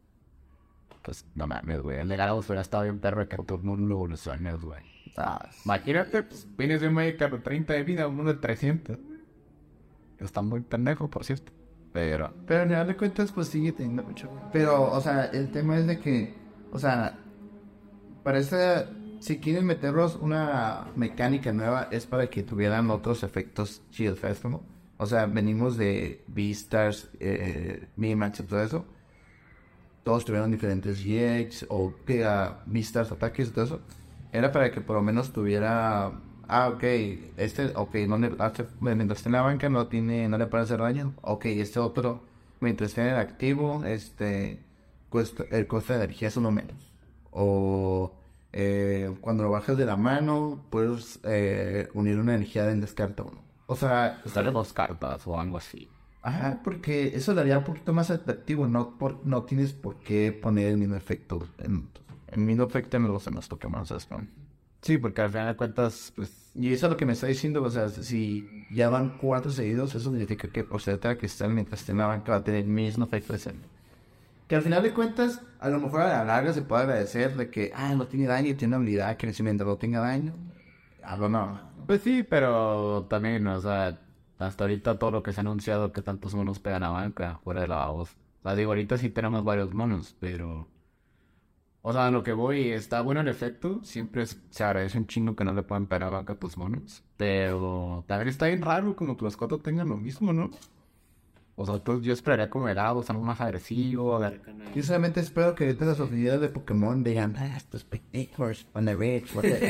Pues no mames, güey. El de Gyarados hubiera estado bien perro que el turno no lo evoluciones, güey. Imagínate, pues vienes de un Magikarp de 30 de vida, uno de 300. Está muy pendejo, por cierto. Pero al final de cuentas, pues sigue teniendo mucho. Pero, o sea, el tema es de que, o sea, parece, si quieren meterlos una mecánica nueva, es para que tuvieran otros efectos chidos, ¿sabes cómo? O sea, venimos de Beastars, Minimax y todo eso. Todos tuvieron diferentes GX o que Beastars, ataques y todo eso. Era para que por lo menos tuviera. Ok, no le mientras esté en la banca no le puede hacer daño. Ok, este otro, mientras esté en el activo, el costo de energía es uno menos. O cuando lo bajas de la mano, puedes unir una energía del descarte uno. O sea, sale 2 cartas o algo así. Ajá, porque eso le haría un poquito más atractivo. No tienes por qué poner el mismo efecto. El mismo efecto me gusta más Pokémon, ¿sabes? Sí, porque al final de cuentas, pues. Y eso es lo que me está diciendo, o sea, si ya van 4 seguidos, eso significa que por ser cristal mientras esté en la banca va a tener el mismo efecto de ser. Que al final de cuentas, a lo mejor a la larga se puede agradecer de que, no tiene daño y tiene una habilidad que mientras no tenga daño, algo no. Pues sí, pero también, o sea, hasta ahorita todo lo que se ha anunciado que tantos monos pegan a banca, fuera de la voz. O sea, digo, ahorita sí tenemos varios monos, pero. O sea, lo que voy, está bueno el efecto. Siempre se agradece un chingo que no le puedan pegar a banca a tus monos. Pero también está bien raro como que los 4 tengan lo mismo, ¿no? O sea, yo esperaría como helados, algo más agresivo. Yo solamente espero que ahorita las oficinas de Pokémon digan, estos pendejos van a ver,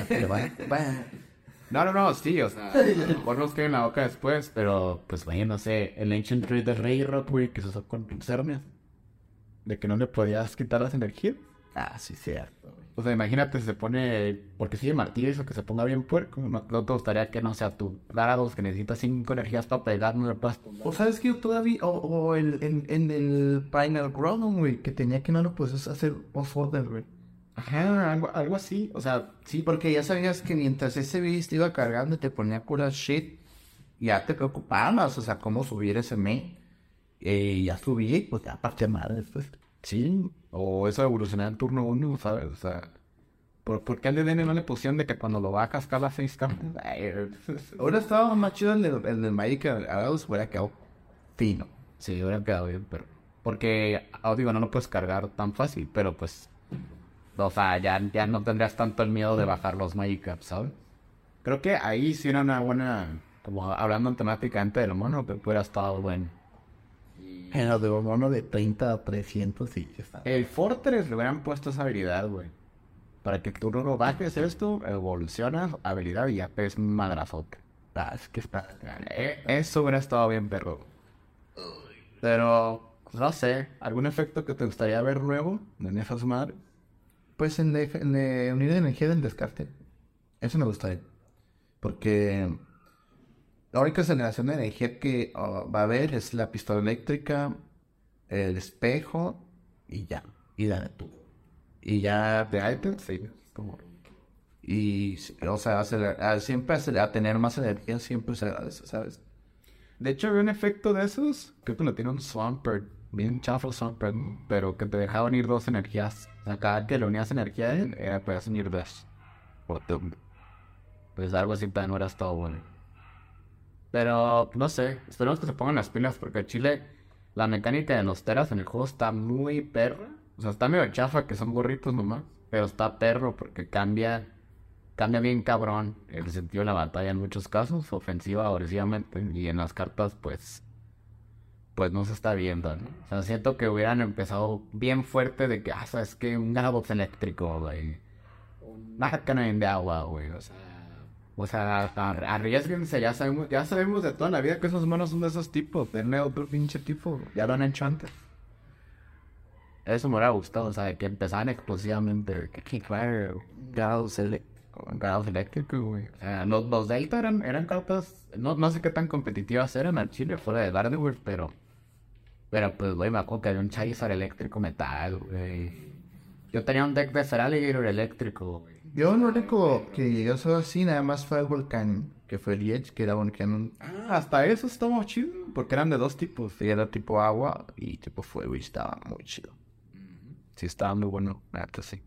No, sí, o sea, por nos queden en la boca después, pero pues bueno, no sé, el Ancient Trade de Rey Rock, güey, que se usó con Cernes, de que no le podías quitar las energías. Sí, cierto, güey. O sea, imagínate, se pone, porque sigue martillo eso, que se ponga bien puerco, no te gustaría que no sea tu Gyarados que necesita 5 energías para pegar, no le puedas poner. O sabes que yo todavía, o en el Final Ground, güey, que tenía que no lo puedes hacer off-order, güey. Ajá, algo así, o sea, sí, porque ya sabías que mientras ese beast iba cargando y te ponía pura shit, ya te preocupabas, o sea, cómo subir ese main. Ya subí y pues ya partí madre después. Sí, o eso de evolucionar en turno 1, ¿sabes? O sea, ¿por qué al DDN no le pusieron de que cuando lo bajas cada 6 cartas? Ahora estaba más chido el del Magic Gyarados, hubiera quedado fino. Sí, hubiera quedado bien, pero. Porque, digo, no lo puedes cargar tan fácil, pero pues. O sea, ya no tendrías tanto el miedo de bajar los Magikarp, ¿sabes? Creo que ahí sí era una buena. Como hablando temáticamente del mono, que hubiera estado bueno. Pero de un mono de 30 a 300 sí está. El Fortress le hubieran puesto esa habilidad, güey. Para que tú no bajes esto, evolucionas, habilidad y ya pegues un madrazote. Es que está. Eso hubiera estado bien, perro. Pero, no sé, ¿algún efecto que te gustaría ver nuevo en esas madres? Pues en de unir energía del descarte. Eso me gustaría. Porque la única generación de energía que va a haber es la pistola eléctrica, el espejo y ya. Y la de tú. Y ya de items, sí. Como. Y, o sea, siempre a tener más energía, siempre se agradece, ¿sabes? De hecho, había un efecto de esos que tú le tienes un Swampert, bien chafo Swampert, pero que te dejaba unir 2 energías. O sea, cada que le unías energía, podías unir 2. Pues algo así también no era todo bueno. Pero, no sé, esperemos que se pongan las pilas porque en Chile la mecánica de los teras en el juego está muy perra. O sea, está medio chafa que son gorritos nomás, pero está perro porque cambia cambia bien cabrón el sentido de la batalla en muchos casos, ofensiva, agresivamente, y en las cartas, pues no se está viendo, ¿no? O sea, siento que hubieran empezado bien fuerte de que, sabes que un Gyarados eléctrico, güey. Un Arcanine de agua, güey. O sea, arriesguense, ya sabemos de toda la vida que esos monos son de esos tipos. Denle otro pinche tipo, ya lo han hecho antes. Eso me hubiera gustado, o sea, de que empezaran explosivamente. Que claro, Gyarados eléctrico, güey. O sea, los Delta eran cartas, no sé qué tan competitivas eran al chile fuera de Gardevoir, pero pues, güey, me acuerdo que había un Charizard eléctrico metal, güey. Yo tenía un deck de Feraligatr eléctrico, güey. Yo lo único que llegué a usar así nada más fue el Volcán, que fue el Edge, que era un Hasta eso estaba chido, porque eran de dos tipos. y era tipo agua y tipo fuego y estaba muy chido. Sí, estaba muy bueno, neta, sí.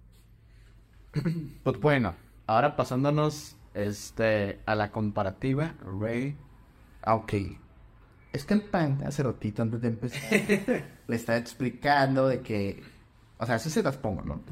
Pues bueno, ahora pasándonos a la comparativa, Ray. Ok. Es que el pan hace ratito antes de empezar le estaba explicando de que, o sea, eso se las pongo, ¿no?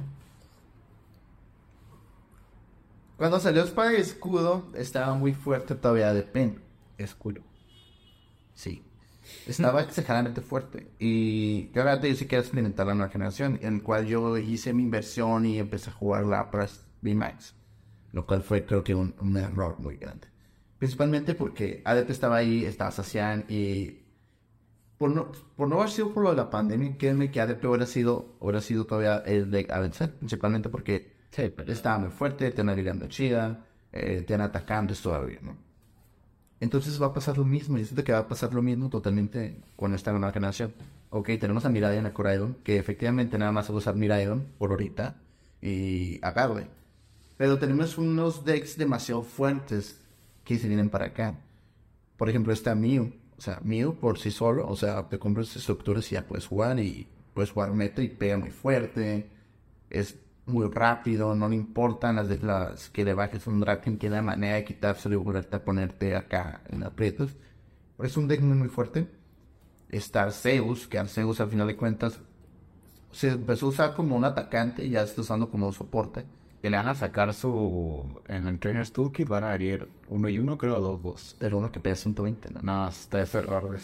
Cuando salió Espada y Escudo, estaba muy fuerte todavía de Pen. Escudo. Sí. Estaba exageradamente fuerte. Y yo realmente yo sí quería experimentar la nueva generación, en el cual yo hice mi inversión y empecé a jugar la Lapras VMAX. Lo cual fue, creo que, un error muy grande. Principalmente porque ADP estaba ahí, estaba Sacian y por no haber sido por lo de la pandemia, créanme que ADP hubiera sido todavía el de a vencer, principalmente porque Sí, pero estaba muy fuerte, te una habilidad chida, te han atacando, es todavía, ¿no? Entonces va a pasar lo mismo, y siento que va a pasar lo mismo totalmente con esta nueva generación. Ok, tenemos a Miraidon, a Coraidon, que efectivamente nada más va a usar Miraidon por ahorita y agarre. Pero tenemos unos decks demasiado fuertes que se vienen para acá. Por ejemplo, está Mew. O sea, Mew por sí solo, o sea, te compras estructuras y ya puedes jugar y puedes jugar meta y pega muy fuerte. Es muy rápido, no le importan las que le bajes un Draken, tiene la manera de quitárselo y volverte a ponerte acá en aprietos. Pero es un deck muy fuerte. Está Arceus, que Arceus al final de cuentas se empezó a usar como un atacante y ya se está usando como soporte. que le van a sacar en el Trainer's Toolkit van a herir 1 y 1, creo, 2 boss. Pero uno que pesa 120, ¿no? No, está ese error.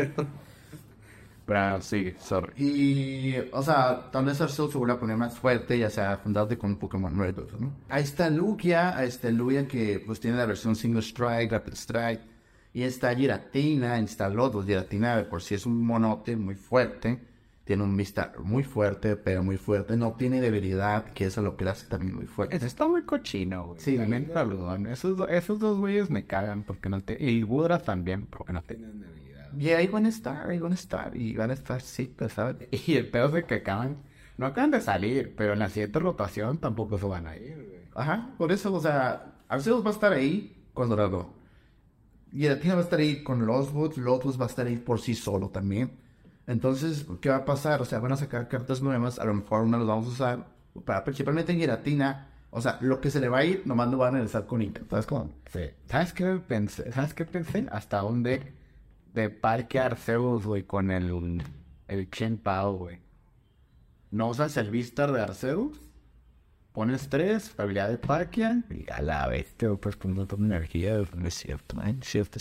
Pero sí, sorry. Y, o sea, tal vez Arceus se vuelva a poner más fuerte, ya sea juntándote con un Pokémon nuevo, ¿no? Ahí está Lugia que pues tiene la versión Single Strike, Rapid Strike. Y está Giratina, está Lotus. Giratina de por sí es un monote muy fuerte. Tiene un Vista muy fuerte, pero muy fuerte. No tiene debilidad, que eso es lo que la hace también muy fuerte. Está muy cochino, güey. Sí, también saludón. Esos dos güeyes me cagan porque no te... Y Budra también, porque no tienen debilidad. Y ahí van a estar, y van a estar, sí, pues, ¿sabes? Y el pedo es que no acaban de salir, pero en la siguiente rotación tampoco se van a ir, güey. Ajá, por eso, o sea, Arceus va a estar ahí con Dorado. Giratina va a estar ahí con Lotus. Lotus va a estar ahí por sí solo también. Entonces, ¿qué va a pasar? O sea, van a sacar cartas nuevas, a lo mejor no las vamos a usar, para principalmente en Giratina. O sea, lo que se le va a ir, nomás lo van a regresar con Inca. ¿Sabes cómo? Sí. ¿Sabes qué pensé? Hasta un deck de Parque Arceus, güey, con el Chen Pao, güey. No usas el Vistar de Arceus, pones 3, habilidad de Parkia, y a la vez te pues poniendo toda energía, es cierto, man, cierto.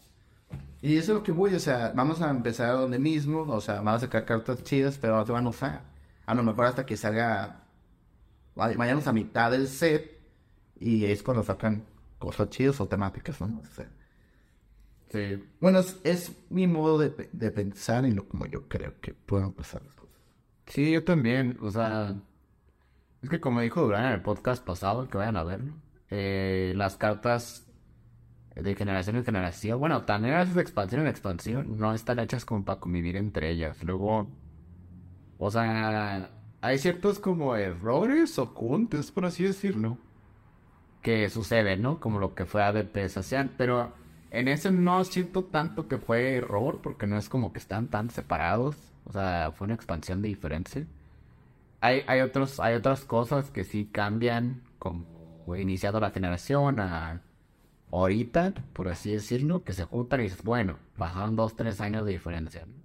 Y eso es lo que voy, o sea, vamos a empezar donde mismo, o sea, vamos a sacar cartas chidas, pero no se van a usar. A lo mejor hasta que salga, vayamos a mitad del set, y es cuando sacan cosas chidas o temáticas, ¿no? O sea, Sí. bueno, es mi modo de pensar en lo como yo creo que puedan pasar las cosas. Sí, yo también, o sea, es que como dijo Durán en el podcast pasado, que vayan a verlo, las cartas de generación en generación, bueno, tan eras de expansión en expansión, no están hechas como para convivir entre ellas. Luego, o sea, hay ciertos como errores ocultos, por así decirlo, que suceden, ¿no? Como lo que fue ADP Sacian, pero en ese no siento tanto que fue error, porque no es como que están tan separados, o sea, fue una expansión de diferencia. Hay otras cosas que sí cambian, como fue iniciado la generación a ahorita, por así decirlo, que se juntan y dices, bueno, pasaron 2, 3 años de diferencia, ¿no?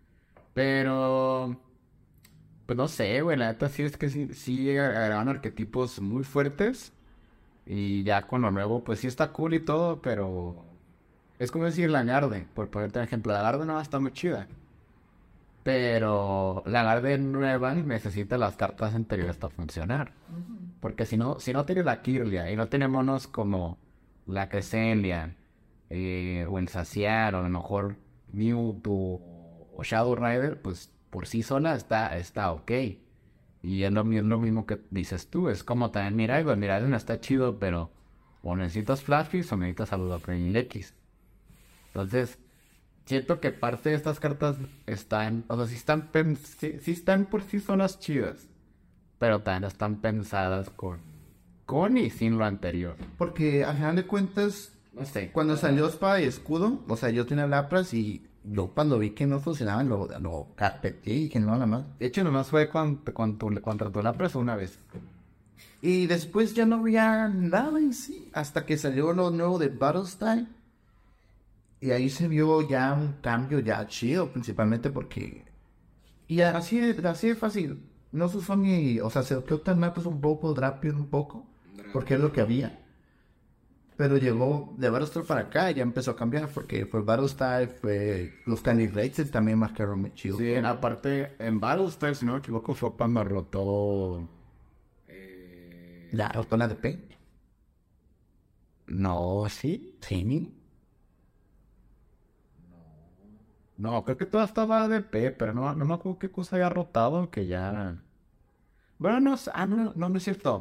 Pero, pues no sé, güey, la neta sí es que sí agregaron arquetipos muy fuertes Y ya con lo nuevo, pues sí está cool y todo, pero es como decir la Garde, por ponerte un ejemplo. La Garde no está muy chida, pero la Garde nueva necesita las cartas anteriores para funcionar. Porque si no tienes la Kirlia y no tiene monos como la Cresselia, o el Saciar, o a lo mejor Mewtwo o Shadow Rider, pues por sí sola está ok. Y es lo mismo que dices tú, es como también Miraidon no está chido, pero o necesitas Flashies o necesitas Saludable X. Entonces, siento que parte de estas cartas están, o sea, sí están por sí solas chidas, pero también están pensadas con y sin lo anterior. Porque al final de cuentas, No sé. cuando salió Espada y Escudo, o sea, yo tenía Lapras y yo cuando vi que no funcionaban, lo carpeté y dije, no, nada más. De hecho, nomás fue contra tu Lapras una vez. Y después ya no había nada en sí, hasta que salió lo nuevo de Battlestyle. Y ahí se vio ya un cambio ya chido, principalmente porque... Y así de fácil. No se usó ni... O sea, se quedó tan mapas un poco, rápido un poco, porque es lo que había. Pero llegó de Battlestar para acá y ya empezó a cambiar, porque fue Battlestar, fue... Los Candy Races también marcaron muy chido. Sí, aparte, en Battlestar, si no me equivoco, fue cuando rotó... La rotona de P. No, sí. Sí. No, creo que toda estaba ADP, pero no me acuerdo qué cosa había rotado que ya... Bueno, no, no es cierto.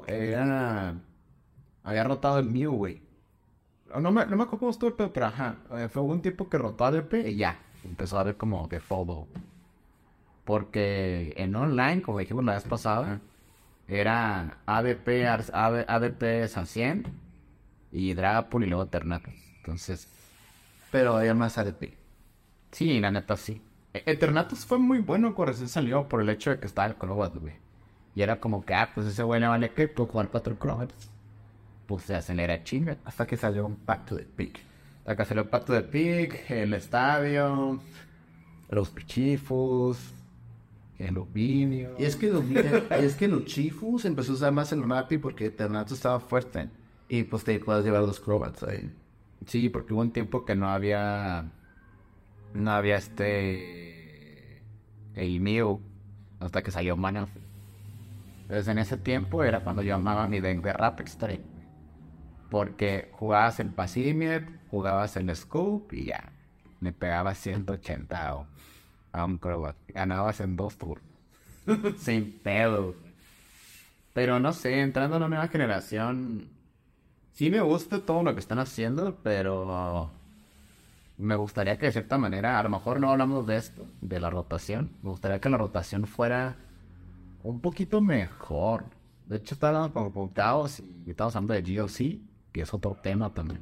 Había rotado el Mew, güey. No me acuerdo cómo estuvo el pedo, pero ajá. Fue un tipo que rotó ADP y ya. Empezó a ver como de follow. Porque en online, como dijimos la vez pasada, era ADP a 100 y Dragapult y luego Eternatus. Entonces, Pero había más ADP. sí, la neta sí. Eternatus fue muy bueno cuando recién salió por el hecho de que estaba el Crobat, güey. Y era como que, pues ese güey le vale que puedo jugar 4 Crobats. Pues se acelera chinga. Hasta que salió un Back to the Peak. Acá salió el Pacto de Pig, el estadio, los Pichifus, el Luminio. Y es que los Chifus empezó a usar más el Mappy porque Eternatus estaba fuerte. Y pues te puedes llevar los Crobats ahí. Sí, porque hubo un tiempo que no había el Mew, hasta que salió Mana. Entonces en ese tiempo era cuando yo amaba mi deck de Rap Extreme. Porque jugabas el Pasimiet, jugabas el Scoop y ya. Le pegabas 180 a un Crobat. Ganabas en 2 turnos. Sin pedo. Pero no sé, entrando a una nueva generación, sí me gusta todo lo que están haciendo, pero me gustaría que de cierta manera, a lo mejor no hablamos de esto, de la rotación. Me gustaría que la rotación fuera un poquito mejor. De hecho, estaba hablando con Caos y estamos hablando de GOC, que es otro tema también.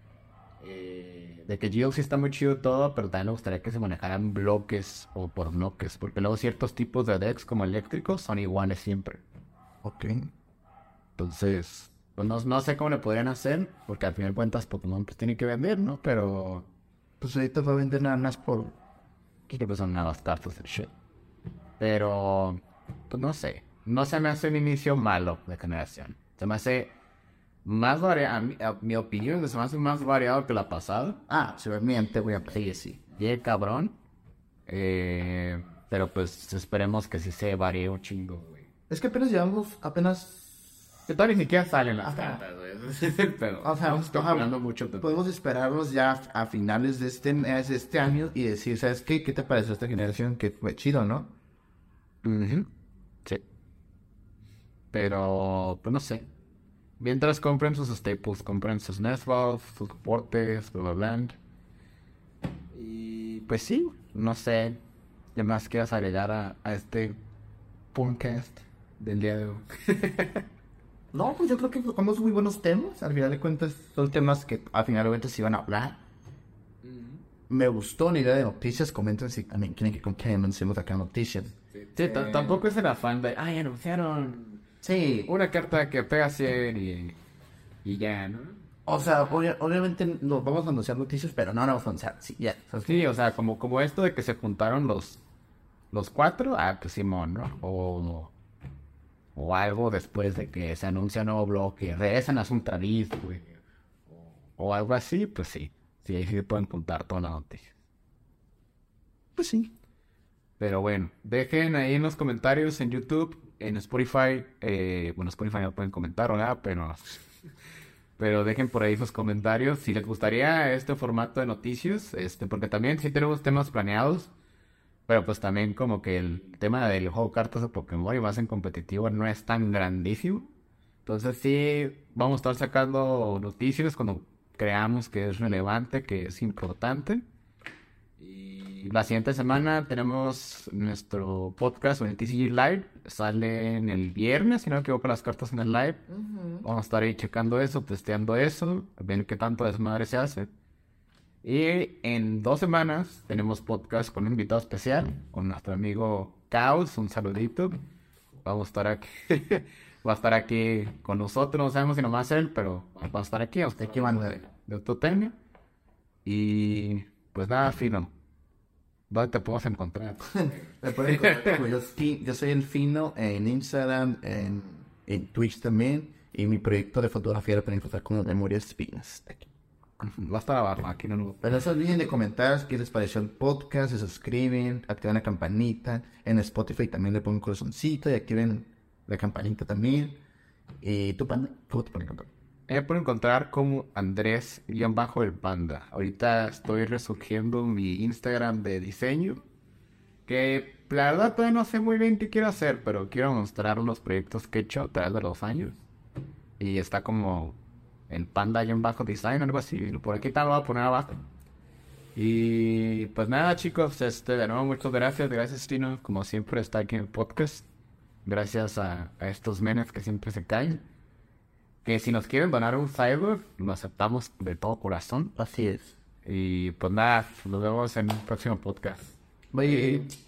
De que GOC está muy chido todo, pero también me gustaría que se manejaran bloques o por bloques, porque luego ciertos tipos de decks como eléctricos son iguales siempre. Ok. Entonces, pues no sé cómo le podrían hacer, porque al final de cuentas Pokémon pues tiene que vender, ¿no? Pero Pues ahorita va a vender nada más por... que pues son nada más cartas de shit. Pero, pues no sé. No se me hace un inicio malo de generación. Se me hace más variado, a mi opinión, se me hace más variado que la pasada. Seguramente voy a pedir sí. Y cabrón. Pero pues esperemos que sí se varíe un chingo, güey. Es que apenas... Que todavía ni siquiera salen las Ajá. cartas, güey. Ese es el pedo. O sea, Estamos hablando mucho. Pero... podemos esperarnos ya a finales de este año y decir, ¿sabes qué? ¿Qué te pareció esta generación? Que fue chido, ¿no? Ujú. Sí. Pero, pues no sé. Mientras compren sus staples, compren sus Nestballs, sus soportes, bla bla bla. Y pues sí, no sé. ¿Qué más quieras agregar a este podcast del día de hoy? No, pues yo creo que tocamos muy buenos temas. Al final de cuentas, son temas que al final de cuentas se iban a hablar. Me gustó la idea de noticias. Comenten si también quieren que anunciemos acá noticias. Sí, tampoco es el afán de, ay, anunciaron Sí, una carta que pega 100 y ya, ¿no? o sea, obviamente nos vamos a anunciar noticias, pero no vamos a anunciar. Sí, ya. Sí, o sea, como esto de que se juntaron los 4, pues Simón, ¿no? o algo después de que se anuncia un nuevo bloque, regresan a Suntravis, güey, o algo así, pues sí. Sí, ahí sí pueden contar toda la noticia. Pues sí. Pero bueno, dejen ahí en los comentarios en YouTube, en Spotify. Bueno, Spotify no pueden comentar, ¿verdad? Pero dejen por ahí sus comentarios si les gustaría este formato de noticias, porque también sí tenemos temas planeados, pero pues también como que el tema del juego de cartas de Pokémon y más en competitivo no es tan grandísimo. Entonces sí, vamos a estar sacando noticias cuando creamos que es relevante, que es importante. Y la siguiente semana tenemos nuestro podcast en el TCG Live. Sale en el viernes, si no me equivoco, las cartas en el live. Vamos a estar ahí checando eso, testeando eso, viendo qué tanto desmadre se hace. Y en 2 semanas tenemos podcast con un invitado especial, con nuestro amigo Caos. Un saludito. Vamos a estar aquí. Va a estar aquí con nosotros. No sabemos si nomás él, pero va a estar aquí. A usted que van de otro tema. Y pues nada, Fino. ¿Dónde te podemos encontrar? Me pueden encontrar como yo soy el Fino en Instagram, en Twitch también. Y mi proyecto de fotografía lo pueden encontrar como Memorias Finas. Va a estar abajo, aquí no. Pero no se olviden de comentar qué les pareció el podcast, se suscriben, activan la campanita. En Spotify también le pongo un corazoncito y activen la campanita también. Y tú, Panda, ¿cómo te pueden encontrar? Me pueden encontrar como Andrés-el Panda. Ahorita estoy resurgiendo mi Instagram de diseño. Que la verdad todavía no sé muy bien qué quiero hacer, pero quiero mostrar los proyectos que he hecho a través de los años. Y está como el Panda-design, algo así. Por aquí tal lo voy a poner abajo. Y pues nada, chicos, de nuevo muchas gracias. Gracias, Tino, como siempre, está aquí en el podcast. Gracias a estos menes que siempre se caen. Que si nos quieren donar un cyber, lo aceptamos de todo corazón. Así es. Y pues nada, nos vemos en un próximo podcast. Bye.